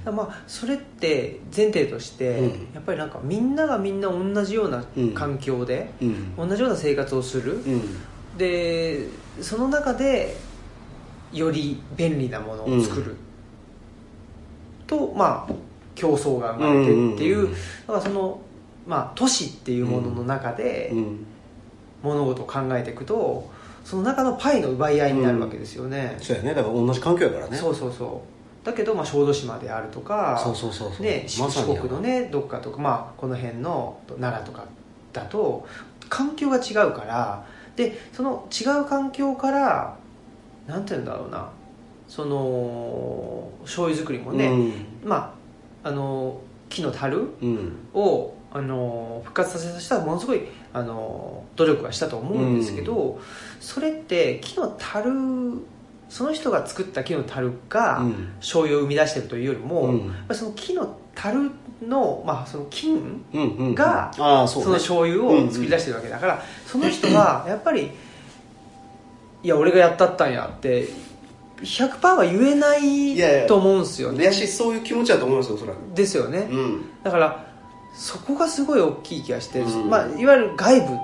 まあそれって前提として、うん、やっぱりなんかみんながみんな同じような環境で、うん、同じような生活をする、うん、でその中でより便利なものを作る、とまあ競争が生まれてっていう、うんうんうん、だからそのまあ都市っていうものの中で物事を考えていくとその中のパイの奪い合いになるわけですよね、 うん、そうやねだから同じ環境やからねそうそうそうだけどまあ小豆島であるとかそうそうそうそう、 ね、四国のねどっかとか、まあ、この辺の奈良とかだと環境が違うからでその違う環境からなんていうんだろうなその醤油作りもね、うん、まああの木の樽を、うん、あの復活させた人はものすごいあの努力はしたと思うんですけど、うん、それって木の樽その人が作った木の樽が醤油を生み出しているというよりも、うん、その木の樽の、まあ、その菌がその醤油を作り出しているわけだから、その人はやっぱりいや俺がやったったんやってひゃくパーセント は言えないと思うんですよね。 いやいやしそういう気持ちだと思いますよそれは。 ですよね、うん、だからそこがすごい大きい気がして、うんまあ、いわゆる外部、うん、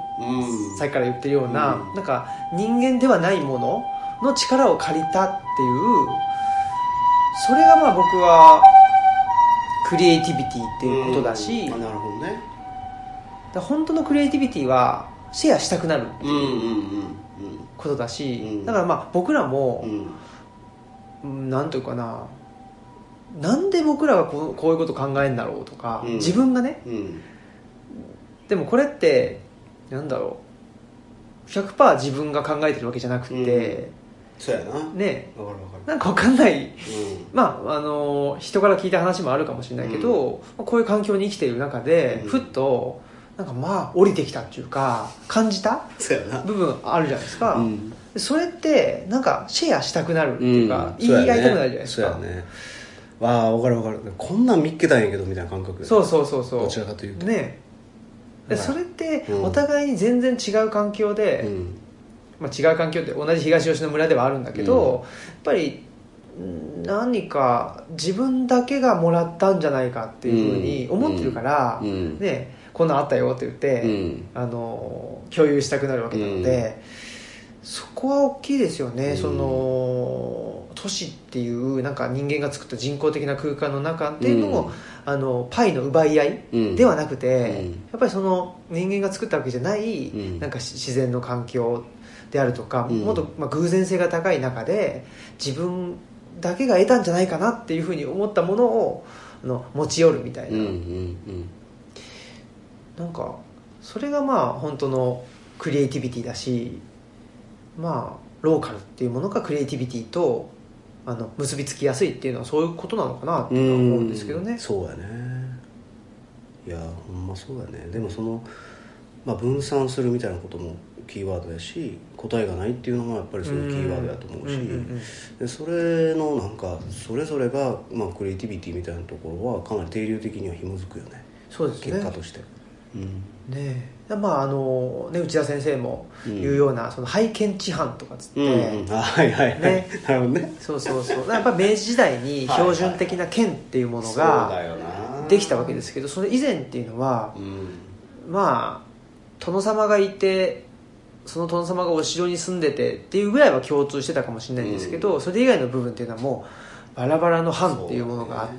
さっきから言ってるような、うん、なんか人間ではないものの力を借りたっていうそれがまあ僕はクリエイティビティっていうことだし、 うん、なるほどね。 だ本当のクリエイティビティはシェアしたくなるっていうことだし、うんうんうん、だからまあ僕らも、うん、なんというかななんで僕らがこう、こういうこと考えるんだろうとか、うん、自分がね、うん、でもこれってなんだろう ひゃくパーセント 自分が考えてるわけじゃなくて、うん、 そうやなね分かる分かるなんか分かんない、うん、まああの人から聞いた話もあるかもしれないけど、うん、こういう環境に生きている中で、うん、ふっとなんかまあ降りてきたっていうか感じた部分あるじゃないですか、うん、それってなんかシェアしたくなるっていうか、うん、言い合いたくなるじゃないですか。 そうやねわあ分かる分かるこんなん見っけたんやけどみたいな感覚でそうそうそうそうどちらかというとねでそれってお互いに全然違う環境で、うんまあ、違う環境って同じ東吉野村ではあるんだけど、うん、やっぱり何か自分だけがもらったんじゃないかっていうふうに思ってるから、うんうん、ね、こんなんあったよって言って、うん、あの共有したくなるわけなので、うん、そこは大きいですよね、うん、その都市っていうなんか人間が作った人工的な空間の中っていうのも、 あのパイの奪い合いではなくて、 うん、 やっぱりその人間が作ったわけじゃない、うん、なんか自然の環境であるとか、うん、もっとまあ偶然性が高い中で自分だけが得たんじゃないかなっていうふうに思ったものをあの持ち寄るみたいな、うんうんうん、なんかそれがまあ本当のクリエイティビティだし、まあローカルっていうものがクリエイティビティとあの結びつきやすいっていうのはそういうことなのかなって思うんですけどね。 うそうやね。いやほんまそうやね。でもその、まあ、分散するみたいなこともキーワードやし、答えがないっていうのもやっぱりそのキーワードやと思うし、でそれのなんかそれぞれが、まあ、クリエイティビティみたいなところはかなり定量的には紐づくよね。 そうですね、 結果として、うん、 ねえ、まああのね、内田先生も言うような、うん、その拝見知犯とかつって、 うんうん、あはいはいはい、ね、なるほどね。 そうそうそう、やっぱ明治時代に標準的な剣っていうものができたわけですけど、それ以前っていうのは、うん、まあ殿様がいてその殿様がお城に住んでてっていうぐらいは共通してたかもしれないんですけど、うん、それ以外の部分っていうのはもうバラバラの藩っていうものがあって、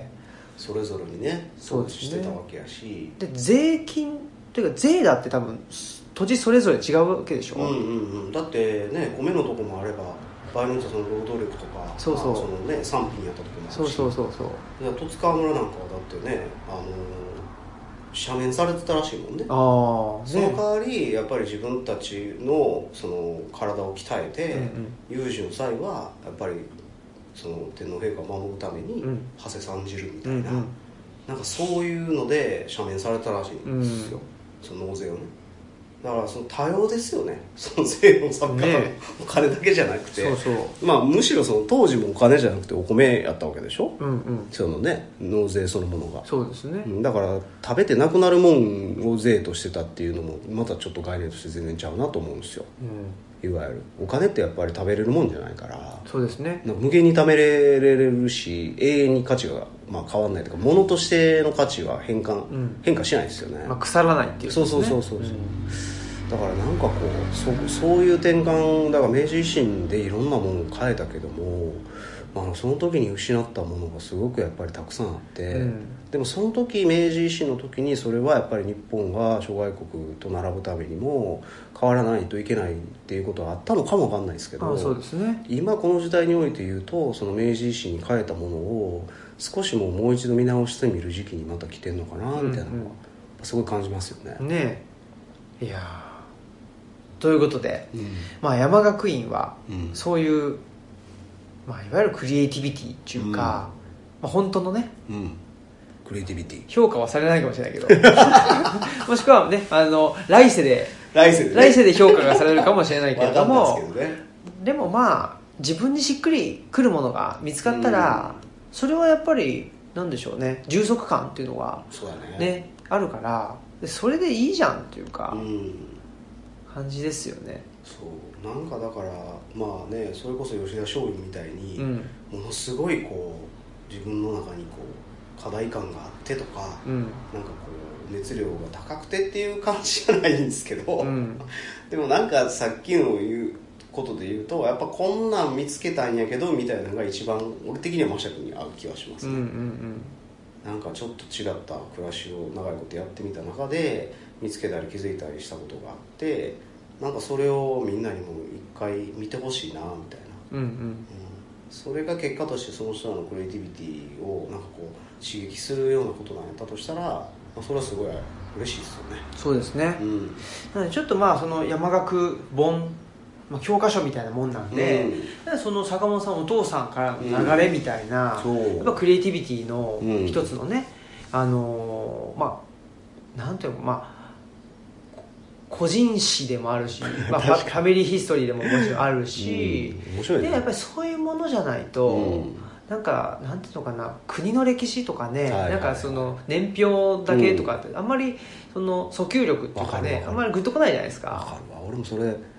それぞれにねそうしてたわけやし、 で税金というか税だって多分土地それぞれ違うわけでしょ、 うんうんうん、だってね米のとこもあれば場合によってはその労働力とかそうそう、 まあ、そのね産品やったとこもあるし、 そうそうそうそう、 十津川村なんかはだってねあの斜面されてたらしいもんね。 あー、 その代わりやっぱり自分たちのその体を鍛えて、うんうん、有事の際はやっぱりその天皇陛下を守るために馳せ参じるみたいな、うんうん、なんかそういうので赦免されたらしいんですよ、うん、その納税をね。だからその多様ですよね、その税の参加、ね、お金だけじゃなくて、そうそう、まあ、むしろその当時もお金じゃなくてお米やったわけでしょ、うんうん、そのね納税そのものが。 そうですね、 だから食べてなくなるもんを税としてたっていうのもまたちょっと概念として全然ちゃうなと思うんですよ、うん、いわゆるお金ってやっぱり食べれるもんじゃないから。 そうですね、 無限に食べれるし永遠に価値がまあ変わらないというか、物としての価値は変換、うん、変化しないですよね、 まあ、腐らないっていう、ね、 そうそうそうそうそう、うんだからなんかこう そ, そういう転換だから明治維新でいろんなものを変えたけども、まあ、その時に失ったものがすごくやっぱりたくさんあって、うん、でもその時明治維新の時にそれはやっぱり日本が諸外国と並ぶためにも変わらないといけないっていうことはあったのかもわかんないですけど、 ああそうですね、 今この時代において言うとその明治維新に変えたものを少しももう一度見直してみる時期にまた来てんのかなみたいなのはすごい感じますよね、 うんうん、ねえ、いやということで、うんまあ、山学院はそういう、うんまあ、いわゆるクリエイティビティっていうか、うんまあ、本当のね、うん、 クリエイティビティ評価はされないかもしれないけどもしくはねあの来世で来世で、ね、 来世で評価がされるかもしれないけれどもで, ね、でもまあ自分にしっくりくるものが見つかったら、うん、それはやっぱりなんでしょうね、充足感っていうのが、 そうだね、 ね、あるからそれでいいじゃんっていうか、うん感じですよね。 そうなんかだからまあねそれこそ吉田松陰みたいに、うん、ものすごいこう自分の中にこう課題感があってとか、うん、なんかこう熱量が高くてっていう感じじゃないんですけど、うん、でもなんかさっきの言うことで言うとやっぱこんなん見つけたんやけどみたいなのが一番俺的には真釈に合う気はしますね、うんうんうん、なんかちょっと違った暮らしを長いことやってみた中で見つけたり気づいたりしたことがあってなんかそれをみんなにも一回見てほしいなみたいな、うんうんうん、それが結果としてその人らのクリエイティビティをなんかこう刺激するようなことなんやったとしたら、まあ、それはすごい嬉しいですよね。 そうですね、うん、なのでちょっとまあその山岳本、まあ、教科書みたいなもんなんで、うん、その坂本さんお父さんからの流れみたいな、うん、やっぱクリエイティビティの一つのね、うん、あのー、まあなんていうのまあ個人史でもあるし、まあ、ファミリーヒストリーでももちろんあるし、うん面白いね、でやっぱりそういうものじゃないと、うん、なんかなんていうのかな国の歴史とかね、はいはいはい、なんかその年表だけとかって、うん、あんまりその訴求力っていうかねあんまりグッとこないじゃないですか。 わかるわ俺もそれ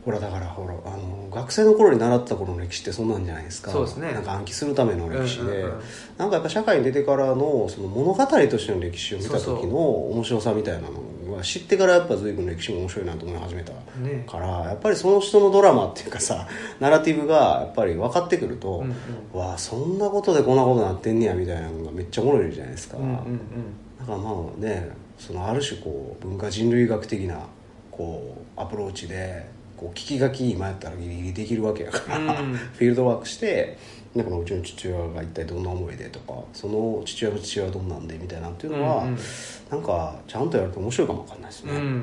ほらだからほらあの学生の頃に習った頃の歴史ってそんなんじゃないですか。 そうですね。 なんか暗記するための歴史で、うんうんうん、なんかやっぱ社会に出てからのその物語としての歴史を見た時の面白さみたいなのは知ってからやっぱ随分歴史も面白いなと思い始めたから、ね、やっぱりその人のドラマっていうかさナラティブがやっぱり分かってくると、うんうん、わあそんなことでこんなことなってんねやみたいなのがめっちゃおもろいじゃないですか、うんうんうん、だからまあねそのある種こう文化人類学的なこうアプローチでこう聞き書き今やったらギリギリできるわけやから、うん、フィールドワークしてなんかうちの父親が一体どんな思いでとかその父親の父親はどんなんでみたいなっていうのは、うんうん、なんかちゃんとやると面白いかもわかんないですね、うんうん、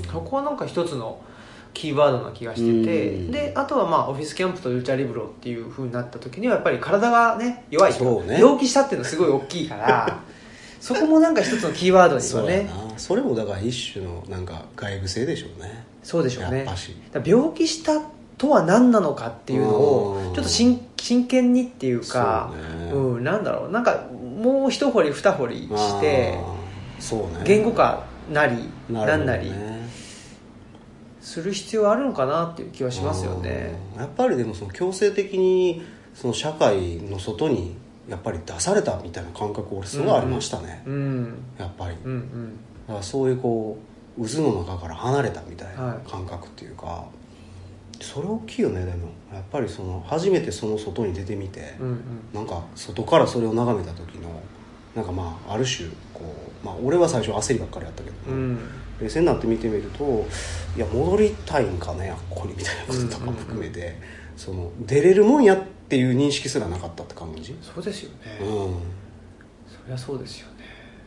そこはなんか一つのキーワードな気がしてて、うん、であとはまあオフィスキャンプとルチャリブロっていう風になった時にはやっぱり体がね弱いと、ね、病気したっていうのはすごい大きいからそこもなんか一つのキーワードにはねそうやなそれもだから一種のなんか外部性でしょうね。 そうでしょうね。だ病気したとは何なのかっていうのをちょっと真剣にっていうかう、ねうん、なんだろうなんかもう一掘り二掘りしてそう、ね、言語化なりなんなりする必要あるのかなっていう気はしますよね。 やっぱりでもその強制的にその社会の外にやっぱり出されたみたいな感覚俺すごいありましたね、うんうん、やっぱり、うんうん、だからそういうこう渦の中から離れたみたいな感覚っていうか、はい、それ大きいよね。でもやっぱりその初めてその外に出てみて、うんうん、なんか外からそれを眺めた時のなんかまあある種こう、まあ、俺は最初焦りばっかりやったけど、うん、冷静になって見てみるといや戻りたいんかねあっこにみたいなこととかも含めて、うんうんうん、その出れるもんやっていう認識すらなかったって感じ。 そうですよね、うん、そりゃそうですよね、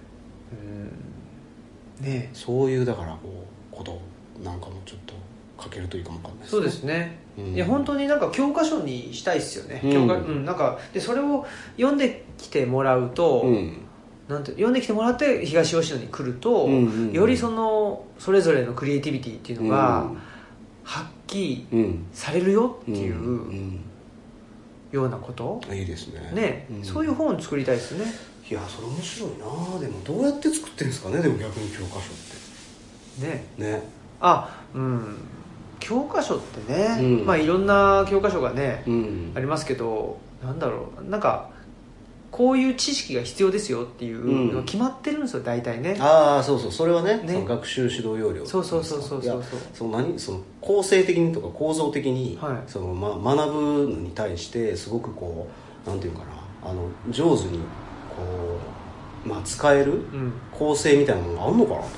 うん、ねそういうだからこうことなんかもちょっと書けるといいかもわかんないですね。 そうですね、うん、いや本当になんか教科書にしたいですよね、うん教科うん、なんかでそれを読んできてもらうと、うん、なんて読んできてもらって東吉野に来ると、うんうんうん、よりそのそれぞれのクリエイティビティっていうのが発揮されるよっていう、うんうんうんようなこといいですね。 ね、うん、そういう本を作りたいですね。 いやそれ面白いな。でもどうやって作ってるんですかね。でも逆に教科書ってねねあうん教科書ってね、うん、まあいろんな教科書がね、うん、ありますけどなんだろうなんかこういう知識が必要ですよっていうのが決まってるんですよ、うん、大体ね。 ああそうそうそれは ね, ねその学習指導要領そうそうそうそうそうその何その構成的にとか構造的に、はい、そのま、学ぶのに対してすごくこうなんていうかなあの上手にこう、まあ、使える構成みたいなのがあるのかなと思って、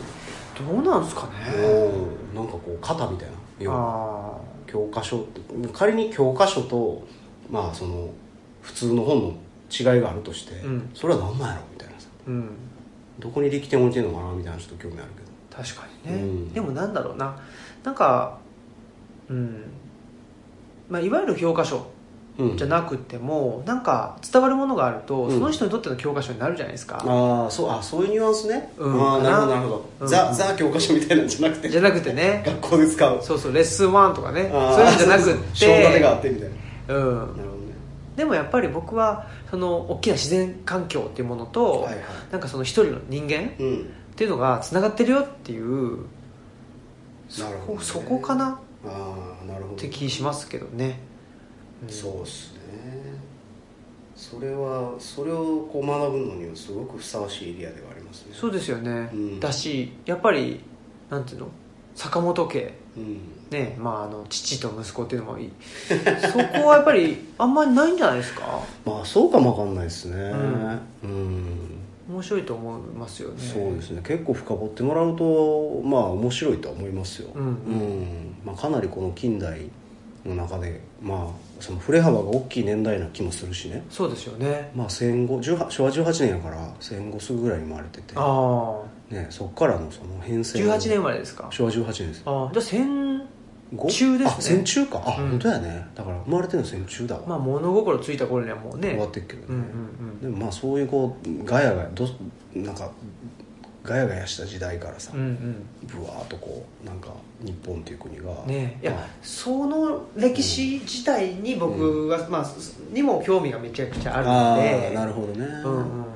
うん、どうなんですかね。 なんかこう型みたいな要は教科書って仮に教科書と、まあ、その普通の本の違いがあるとして、うん、それは何なんやろみたいなさ、うん、どこに力点を置いてるのかなみたいなちょっと興味あるけど。 確かにね、うん、でもなんだろうななんか、うんまあ、いわゆる教科書じゃなくても、うん、なんか伝わるものがあると、うん、その人にとっての教科書になるじゃないですか。 あそうあそういうニュアンスね、うん、あなるほどなるほど、うん、ザ, ザ教科書みたいなんじゃなくてじゃなくてね学校で使うそうそうレッスンワンとかねそういうんじゃなくて章立てがあってみたいな、 うん、なるほどね。でもやっぱり僕はその大きな自然環境っていうものと、はいはい、なんかその一人の人間っていうのがつながってるよっていう、うん、そ, こ、ね、そこかなあなるほどって気しますけどね、 うん、そうっすね。それはそれをこう学ぶのにはすごくふさわしいエリアではありますね。 そうですよね、うん、だしやっぱりなんていうの坂本家、うんねまあ、あの父と息子っていうのもいいそこはやっぱりあんまりないんじゃないですか。 まあそうかもわかんないですね、うんうん、面白いと思いますよね。 そうですね結構深掘ってもらうとまあ面白いとは思いますよ、うんうんうんまあ、かなりこの近代の中で、まあ、その振れ幅が大きい年代な気もするしね。 そうですよね、 まあ、戦後じゅうはちしょわじゅうはちねんやから戦後すぐぐらいに生まれててあ、ね、そっからのその変遷じゅうはちねん生まれですか。 しょわじゅうはちねんです。 あじゃあ戦中ですね。 あ戦中かあ、うん、本当やね。だから生まれてるの戦中だわ。 まあ物心ついた頃にはもうね終わってるけどね、うんうんうん、でもまあそういうこうガヤガヤどなんかガヤガヤした時代からさ、うんうん、ブワーッとこうなんか日本っていう国がねいや、まあ、その歴史自体に僕は、うんまあ、にも興味がめちゃくちゃあるので。 あなるほどね、うんうん、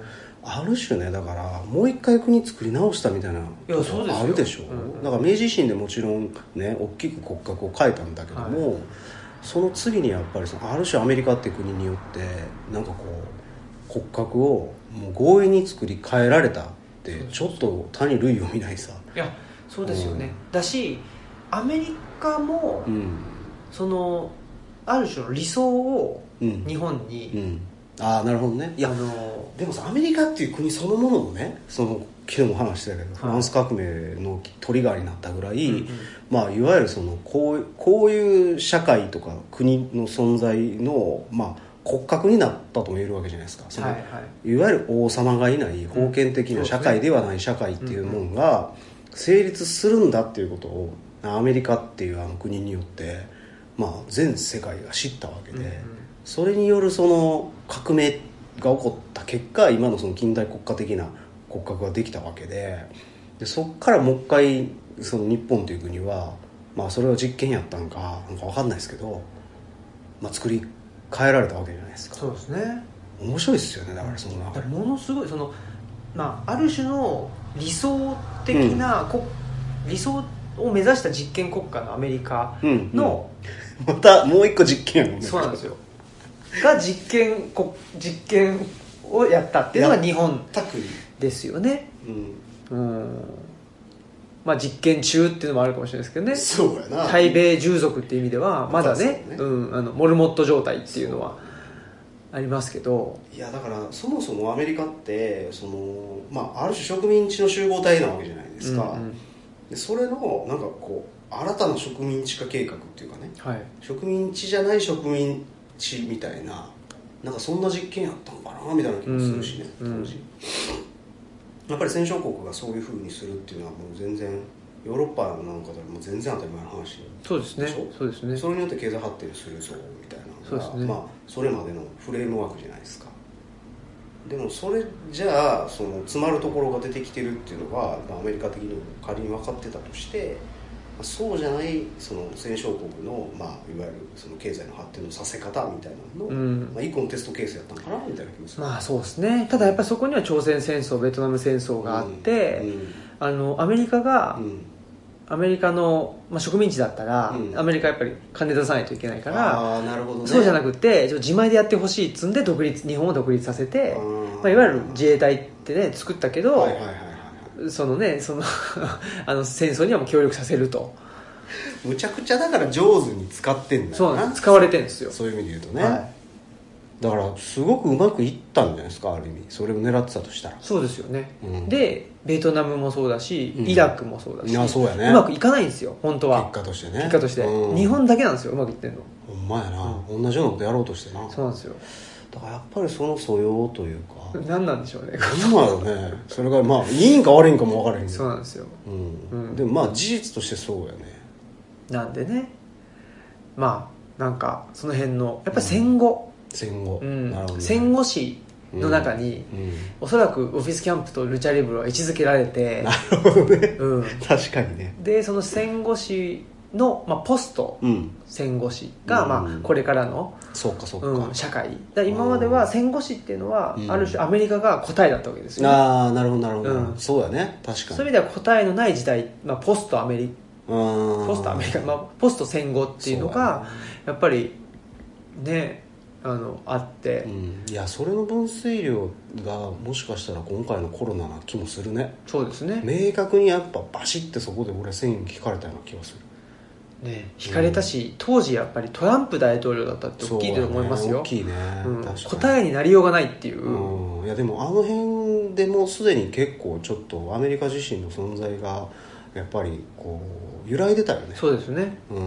ある種ねだからもう一回国作り直したみたいなあるでしょ。うん、だから明治維新でもちろんね大きく骨格を変えたんだけども、はい、その次にやっぱりそのある種アメリカっていう国によってなんかこう骨格をもう強引に作り変えられたってちょっと他に類を見ないさ。 いやそうですよね、うん、だしアメリカも、うん、そのある種の理想を日本に、うんうんああなるほどね。いや、あのー、でもさアメリカっていう国そのものもねその昨日も話してたけど、はい、フランス革命のトリガーになったぐらい、うんうんまあ、いわゆるそのこう、こういう社会とか国の存在の、まあ、骨格になったとも言えるわけじゃないですか。その、はいはい、いわゆる王様がいない封建的な社会ではない社会っていうものが成立するんだっていうことをアメリカっていうあの国によって、まあ、全世界が知ったわけで、うんうんそれによるその革命が起こった結果今のその近代国家的な骨格ができたわけ で, でそこからもう一回その日本という国は、まあ、それは実験やったんかなんか分かんないですけど、まあ、作り変えられたわけじゃないですか。 そうですね。 面白いですよね。だからその中でものすごいその、まあ、ある種の理想的な、うん、理想を目指した実験国家のアメリカの、 うんうん、またもう一個実験やもんね。 そうなんですよが実験実験をやったっていうのが日本ですよね。うん、うんまあ実験中っていうのもあるかもしれないですけどね。 そうやな。 対米従属っていう意味ではまだ ね, ね、うん、あのモルモット状態っていうのはありますけど。 いやだからそもそもアメリカってその、まあ、ある種植民地の集合体なわけじゃないですか。うんうん、でそれのなんかこう新たな植民地化計画っていうかね、はい、植民地じゃない植民地みたいななんかそんな実験やったのかなみたいな気もするしね、うん、当時やっぱり戦勝国がそういう風にするっていうのはもう全然ヨーロッパなんかでも全然当たり前の話。 そうですね。そうですね。 それによって経済発展するぞみたいなのが、そうですね、まあ、それまでのフレームワークじゃないですか。でもそれじゃあその詰まるところが出てきてるっていうのが、まあ、アメリカ的にも仮に分かってたとしてそうじゃないその戦勝国の、まあ、いわゆるその経済の発展のさせ方みたいなのの、うんまあ、一個のテストケースやったのかなみたいな気もする。 まあそうですね。ただやっぱりそこには朝鮮戦争ベトナム戦争があって、うんうん、あのアメリカが、うん、アメリカの、まあ、植民地だったら、うん、アメリカやっぱり金出さないといけないから、 あなるほどね、 そうじゃなくて自前でやってほしいっつんで独立日本を独立させて、まあ、いわゆる自衛隊ってね作ったけど、はいはいはいそのね、そのあの戦争にはもう協力させると。 むちゃくちゃだから上手に使ってんだよな。 そうなん使われてるんですよ。 そういう意味で言うとね、はい、だからすごくうまくいったんじゃないですかある意味それを狙ってたとしたら。 そうですよね、うん、でベトナムもそうだし、うん、イラクもそうだし、 いやそうやね、 うまくいかないんですよ本当は。 結果としてね。 結果として、うん、日本だけなんですようまくいってんの。 ほんまやな、うん、同じようなことやろうとしてな。 そうなんですよ。 だからやっぱりその素養というか何なんでしょうね。 何なんだろうね。それがまあいいんか悪いんかも分からへんけど。 そうなんですよ、 うんうん、でもまあ事実としてそうやね。 なんでねまあなんかその辺のやっぱり戦後、 うん、戦後、うん、なるほどね、 戦後史の中に、うんうん、おそらくオフィスキャンプとルチャリブロは位置づけられて。 なるほどね、うん、確かにね。 でその戦後史の、まあ、ポスト戦後史が、うんまあ、これからの、 そうかそうか、 うん、社会だ。今までは戦後史っていうのは、うん、ある種アメリカが答えだったわけですよ、 ね、ああなるほどなるほど、うん、そうだね確かに。 そういう意味では答えのない時代、まあ、ポストアメリカポストアメリカ、まあ、ポスト戦後っていうのがやっぱりねあのあって、 うん、いやそれの分水量がもしかしたら今回のコロナな気もするね。 そうですね。 明確にやっぱバシッてそこで俺線引かれたような気がするね。引かれたし、うん、当時やっぱりトランプ大統領だったって大きいと思いますよ。 大きいね、 うん、答えになりようがないっていう、 うん、いやでもあの辺でもすでに結構ちょっとアメリカ自身の存在がやっぱりこう揺らいでたよね。 そうですね、 うん、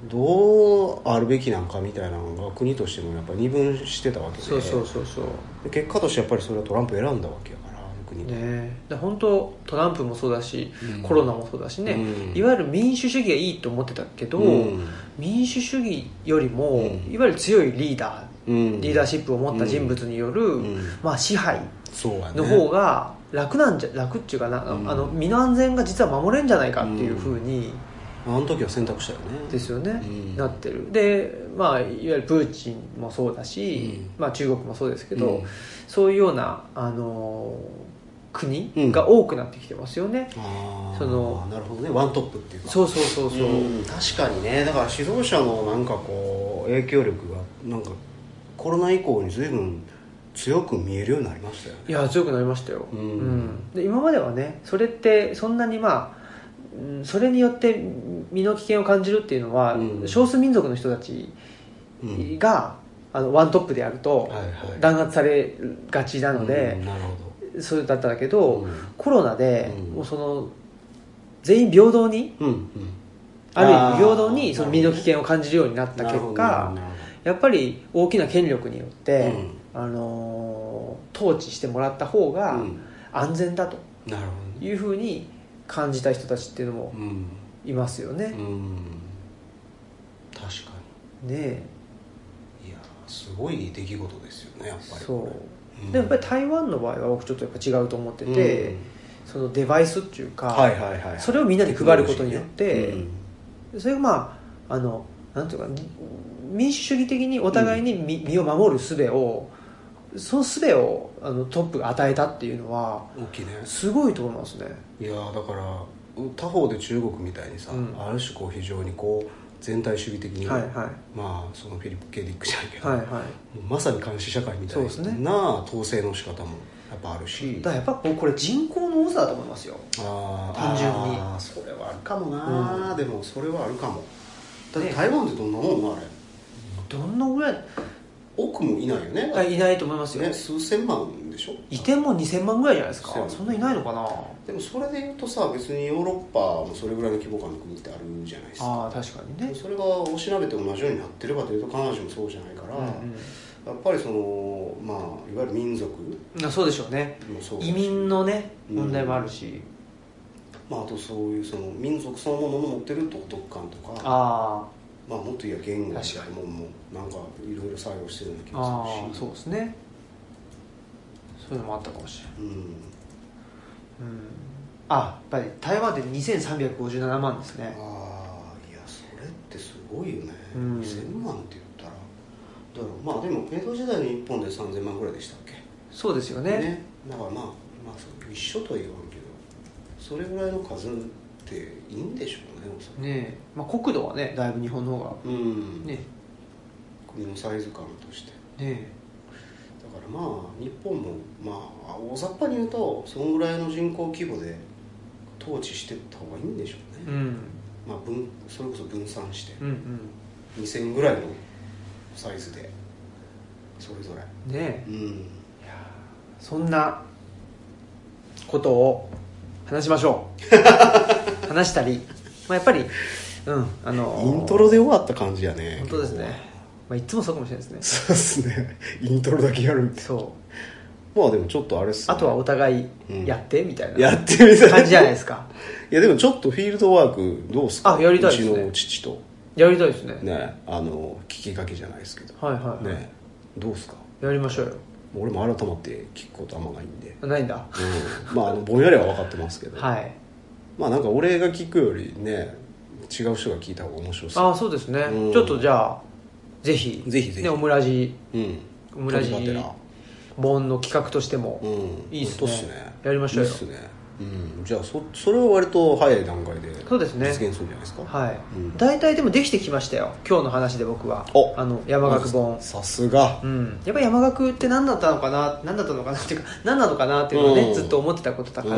どうあるべきなんかみたいなのが国としてもやっぱ二分してたわけで、 そうそうそうそう。 で結果としてやっぱりそれはトランプ選んだわけやから国ね。で本当トランプもそうだし、うん、コロナもそうだしね、うん、いわゆる民主主義がいいと思ってたけど、うん、民主主義よりも、うん、いわゆる強いリーダー、うん、リーダーシップを持った人物による、うんまあ、支配の方が楽なんじゃ楽っていうかな、うん、あの身の安全が実は守れるんじゃないかっていうふうにあの時は選択したよねですよね、 うん、 なってるで、まあ、いわゆるプーチンもそうだし、うんまあ、中国もそうですけど、うん、そういうような、あのー、国が多くなってきてますよね、うん、 あそのなるほどねワントップっていうかそうそうそうそう、うん、 確かにねだから指導者のなんかこう影響力がなんかコロナ以降に随分強く見えるようになりましたよね。 いや強くなりましたよ、うんうん、で今まではねそれってそんなにまあそれによって身の危険を感じるっていうのは、うん、少数民族の人たちが、うん、あのワントップであると弾圧されがちなので、 うん、なるほどそうだったんだけど、うん、コロナで、うん、もうその全員平等に、うんうん、ある意味平等にその身の危険を感じるようになった結果やっぱり大きな権力によって、うんあのー、統治してもらった方が安全だというふうに感じた人たちっていうのもいますよね、うんうん、 確かにねえいやすごい出来事ですよねやっぱりそう、うん、でもやっぱり台湾の場合は僕ちょっとやっぱ違うと思ってて、うん、そのデバイスっていうか、はいはいはいはい、それをみんなに配ることによって、ねうん、それがまああのなんていうか民主主義的にお互いに 身,、うん、身を守る術をその術をあのトップが与えたっていうのは大きいねすごいと思いますね。 いやだから他方で中国みたいにさ、うん、ある種こう非常にこう全体主義的に、はいはい、まあそのフィリップ・ケディックじゃないけど、はいはい、まさに監視社会みたいな統制の仕方もやっぱあるし、 だからやっぱこれ人口の多さだと思いますよ。あ単純にあそれはあるかもな、うん、でもそれはあるかも。だって台湾ってどんなもんなあれどんなぐらい億もいないよね。 いないと思いますよ、 ね、数千万でしょ。 いてもにせんまんぐらいじゃないですか。そんないないのかな。 でもそれでいうとさ別にヨーロッパもそれぐらいの規模感の国ってあるじゃないですか。 あ確かにね。 それがおしなべて同じようになってればというと必ずしもそうじゃないから、うんうん、やっぱりそのまあいわゆる民族あそうでしょうね。移民のね問題もあるし、 うんまあ、あとそういうその民族そのものの持ってる道徳観とかあまあ、もっと言えば言語みたいなもんもなんかいろいろ作用してるような気がするし、 そうですね。そういうのもあったかもしれない、うんうん、あやっぱり台湾でにせんさんびゃくごじゅうななまんですね。 ああいやそれってすごいよね、うん、にせんまんって言ったらだからまあでも江戸時代にいっぽんでさんぜんまんぐらいでしたっけ。 そうですよ ね, ねだからまあ、まあ、一緒とは言わんけどそれぐらいの数っていいんでしょうね。 ねまあ、国土はねだいぶ日本の方が、うんね、 国のサイズ感として、 ね、 だからまあ日本も、まあ、大雑把に言うとそのぐらいの人口規模で統治していった方がいいんでしょうね、うんまあ、分それこそ分散して、うんうん、にせんぐらいのサイズでそれぞれね、うん、いやそんなことを話しましょう話したりまあ、やっぱり、うんあのー、 イントロで終わった感じやね。 本当ですね、まあ、いつもそうかもしれないですね。 そうですねイントロだけやるみたいな。そうまあでもちょっとあれっすね。 あとはお互いやって、うん、みたいなやってみたいな感じじゃないですかいやでもちょっとフィールドワークどうすか。 あやりたいですね。 うちの父とやりたいですね。 ねあの聞きかけじゃないですけどはいはい、はいね、どうすか。 やりましょうよ。 俺も改まって聞くことあんまないんで。 ないんだ、 うん、まああのぼんやりは分かってますけどはいまあなんか俺が聞くよりね違う人が聞いた方が面白そう。 ああそうですね、うん、ちょっとじゃあぜひぜひぜひ、 ね、オムラジ、 うん、 オムラジ本の企画としてもいいです ね,、うん、いいっすね。やりましょうよ。いいっすね、 うん、じゃあ そ, それは割と早い段階で実現するんじゃないですか。 はい、うん、大体でもできてきましたよ今日の話で。僕はあの山岳本さすが、 うん、やっぱり山岳って何だったのかな何だったのかなっていうか何なのかなっていうのをね、うん、ずっと思ってたことだから、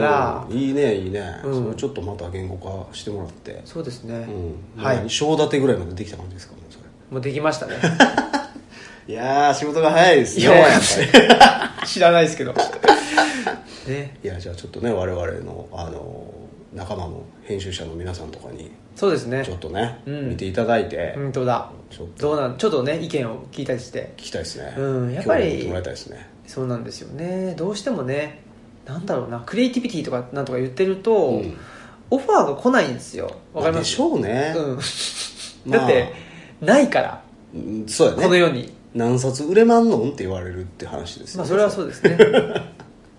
うん、いいねいいね、うん、それちょっとまた言語化してもらって。 そうですね、 うん、はい章立てぐらいまでできた感じですか。もうそれもうできましたねいやー仕事が早いですね。 いややっぱり知らないですけどね、いやじゃあちょっとね我々の、あの仲間の編集者の皆さんとかにそうですねちょっとね、うん、見ていただいて本当だちょっとどうなんちょっとね意見を聞いたりして聞きたいですね、 うん、やっぱり見てもらいたいですね。 そうなんですよね。どうしてもねなんだろうなクリエイティビティとかなんとか言ってると、うん、オファーが来ないんですよ。わかります。 でしょうね、 うん、だって、まあ、ないから、 うん、そうやね。 この世に何冊売れまんのんって言われるって話ですよね。 まあそれはそうですね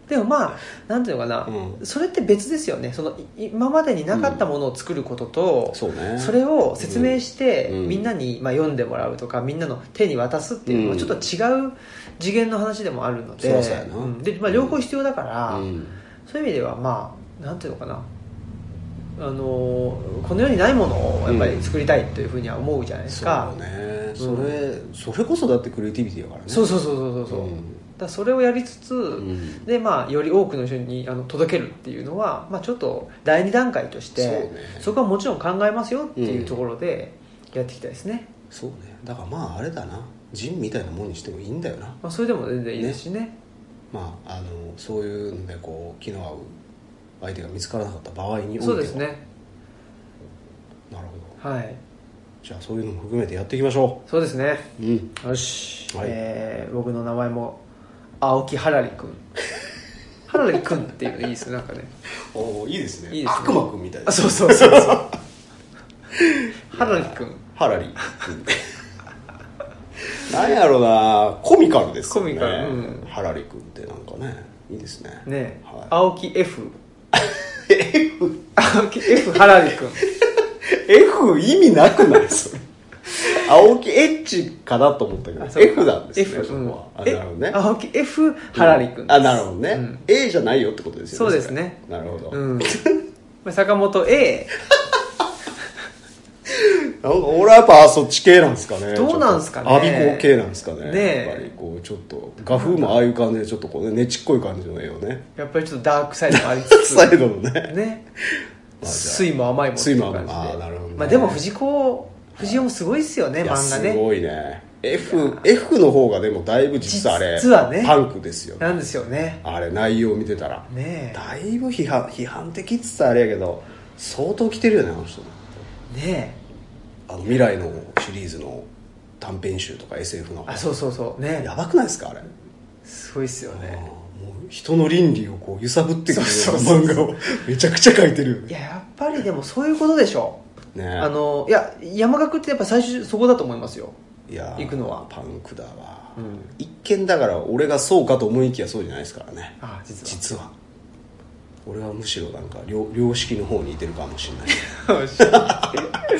でもまあなんていうのかな、うん、それって別ですよね。その今までになかったものを作ることと、 うん、そうね、 それを説明して、うん、みんなにまあ読んでもらうとかみんなの手に渡すっていうのはちょっと違う次元の話でもあるので、うん、そうやな、うん、でまあ、両方必要だから、うん、そういう意味ではまあなんていうのかな、あのこの世にないものをやっぱり作りたいというふうには思うじゃないですか、 うん、そうね、それ、うん、それこそだってクリエイティビティだからね。 そうそうそうそうそう、うん、だそれをやりつつ、うん、でまあより多くの人にあの届けるっていうのは、まあ、ちょっとだいに段階として そ,、ね、そこはもちろん考えますよっていうところでやっていきたいですね、 うん、そうね、だからまああれだな、ジンみたいなもんにしてもいいんだよな、 まあ、それでも全然いいですしね、ね、 まあ、あのそういうのでこう気の合う相手が見つからなかった場合においては、 そうですね、 なるほど、 はい、 じゃあそういうのも含めてやっていきましょう。そうですね、 うん、 よし、はい、えー、僕の名前も青木はらりくんはらりくんっていうのいいですね、なんかね、 おいいですね、 いいですね、 悪魔くんみたいな、 そうそうそうそうはらりくんはらりくんなんやろうな、コミカルですよね、 コミカル、うん、 はらりくんってなんかね、いいですね、 ね、はい、青木 F F 青木 F はらりくん F 意味なくないそれ青木 H かなと思ったけど F なんですね、 F、うん、あ、なるほどね、 青木 F はらりくん、 うん、あ、なるほどね、うん、A じゃないよってことですよね。 そうですね、 なるほど、 うん、坂本 A なんか俺はやっぱそっち系なんですかね。 どうなんですかね、 アビコ系なんですかね。 ね、 やっぱりこうちょっと画風もああいう感じでちょっとこうね、ねちっこい感じの絵をね、 やっぱりちょっとダークサイドもありつつサイドのねね、酸いも甘いもっていう感じで、 あ、なるほどね、 まあ、でも藤子藤子もすごいっすよね、漫画ね、 すごいね。 F, F の方がでもだいぶ実はあれ実は、ね、 パンクですよね。 なんですよね、 あれ内容見てたら、 ね、 だいぶ批判批判的っつったらあれやけど相当来てるよね、あの人ね。 あの未来のシリーズの短編集とか エスエフ の、 あ、そうそうそうね、 やばくないですかあれ。 すごいっすよね。 もう人の倫理をこう揺さぶってくるような漫画をめちゃくちゃ描いてるよね。 いや、やっぱりでもそういうことでしょ、ね、あのいや山岳ってやっぱ最初そこだと思いますよ。いや行くのはパンクだわ、うん、一見だから俺がそうかと思いきやそうじゃないですからね。 ああ、実は実は俺はむしろなんか 良, 良識の方にいてるかもしれないそうか、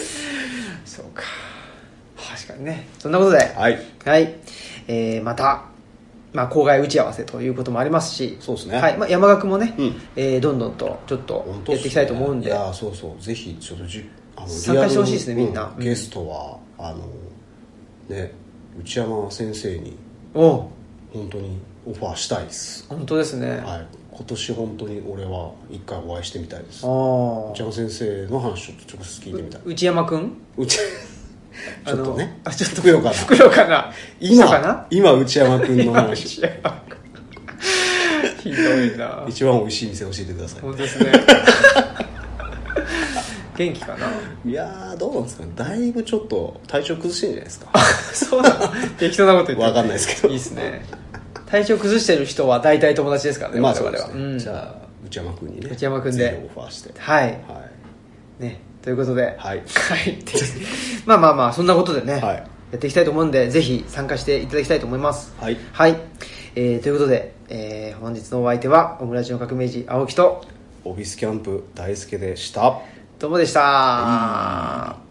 確かにね。そんなことで、 はい、 はい、えー、また、まあ、校外打ち合わせということもありますし、 そうですね、 はい、まあ、山岳もね、うん、えー、どんどんとちょっとやっていきたいと思うんで、 ね、いやそうそう、ぜひちょっとじあの参加してほしいですね、みんな、 うん、ゲストはあのね、内山先生にお本当にオファーしたいです。 本当ですね、 はい、今年本当に俺は一回お会いしてみたいです。 あ、 内山先生の話ちょっと直接聞いてみたい。 内山くん内ちょっとね、 あ、ちょっとふくよかなふくよかな今かな今内山くんの話ひどいな。 一番美味しい店教えてください。 本当ですね元気かな。 いやーどうなんですかね、だいぶちょっと体調崩してるんじゃないですか。 そうなの適当なこと言って分かんないですけどいいですね。体調崩してる人は大体友達ですからね、 まあ我々は、 そうですね、うん、じゃあ内山君にね、 内山君でオファーして、 はい、はいね、ということで、はい、はい、まあまあまあそんなことでね、はい、やっていきたいと思うんで、ぜひ参加していただきたいと思います。 はい、 はい、えー、ということで、えー、本日のお相手はオムラジの革命児青木とオフィスキャンプ大輔でした。 どうもでした、はい。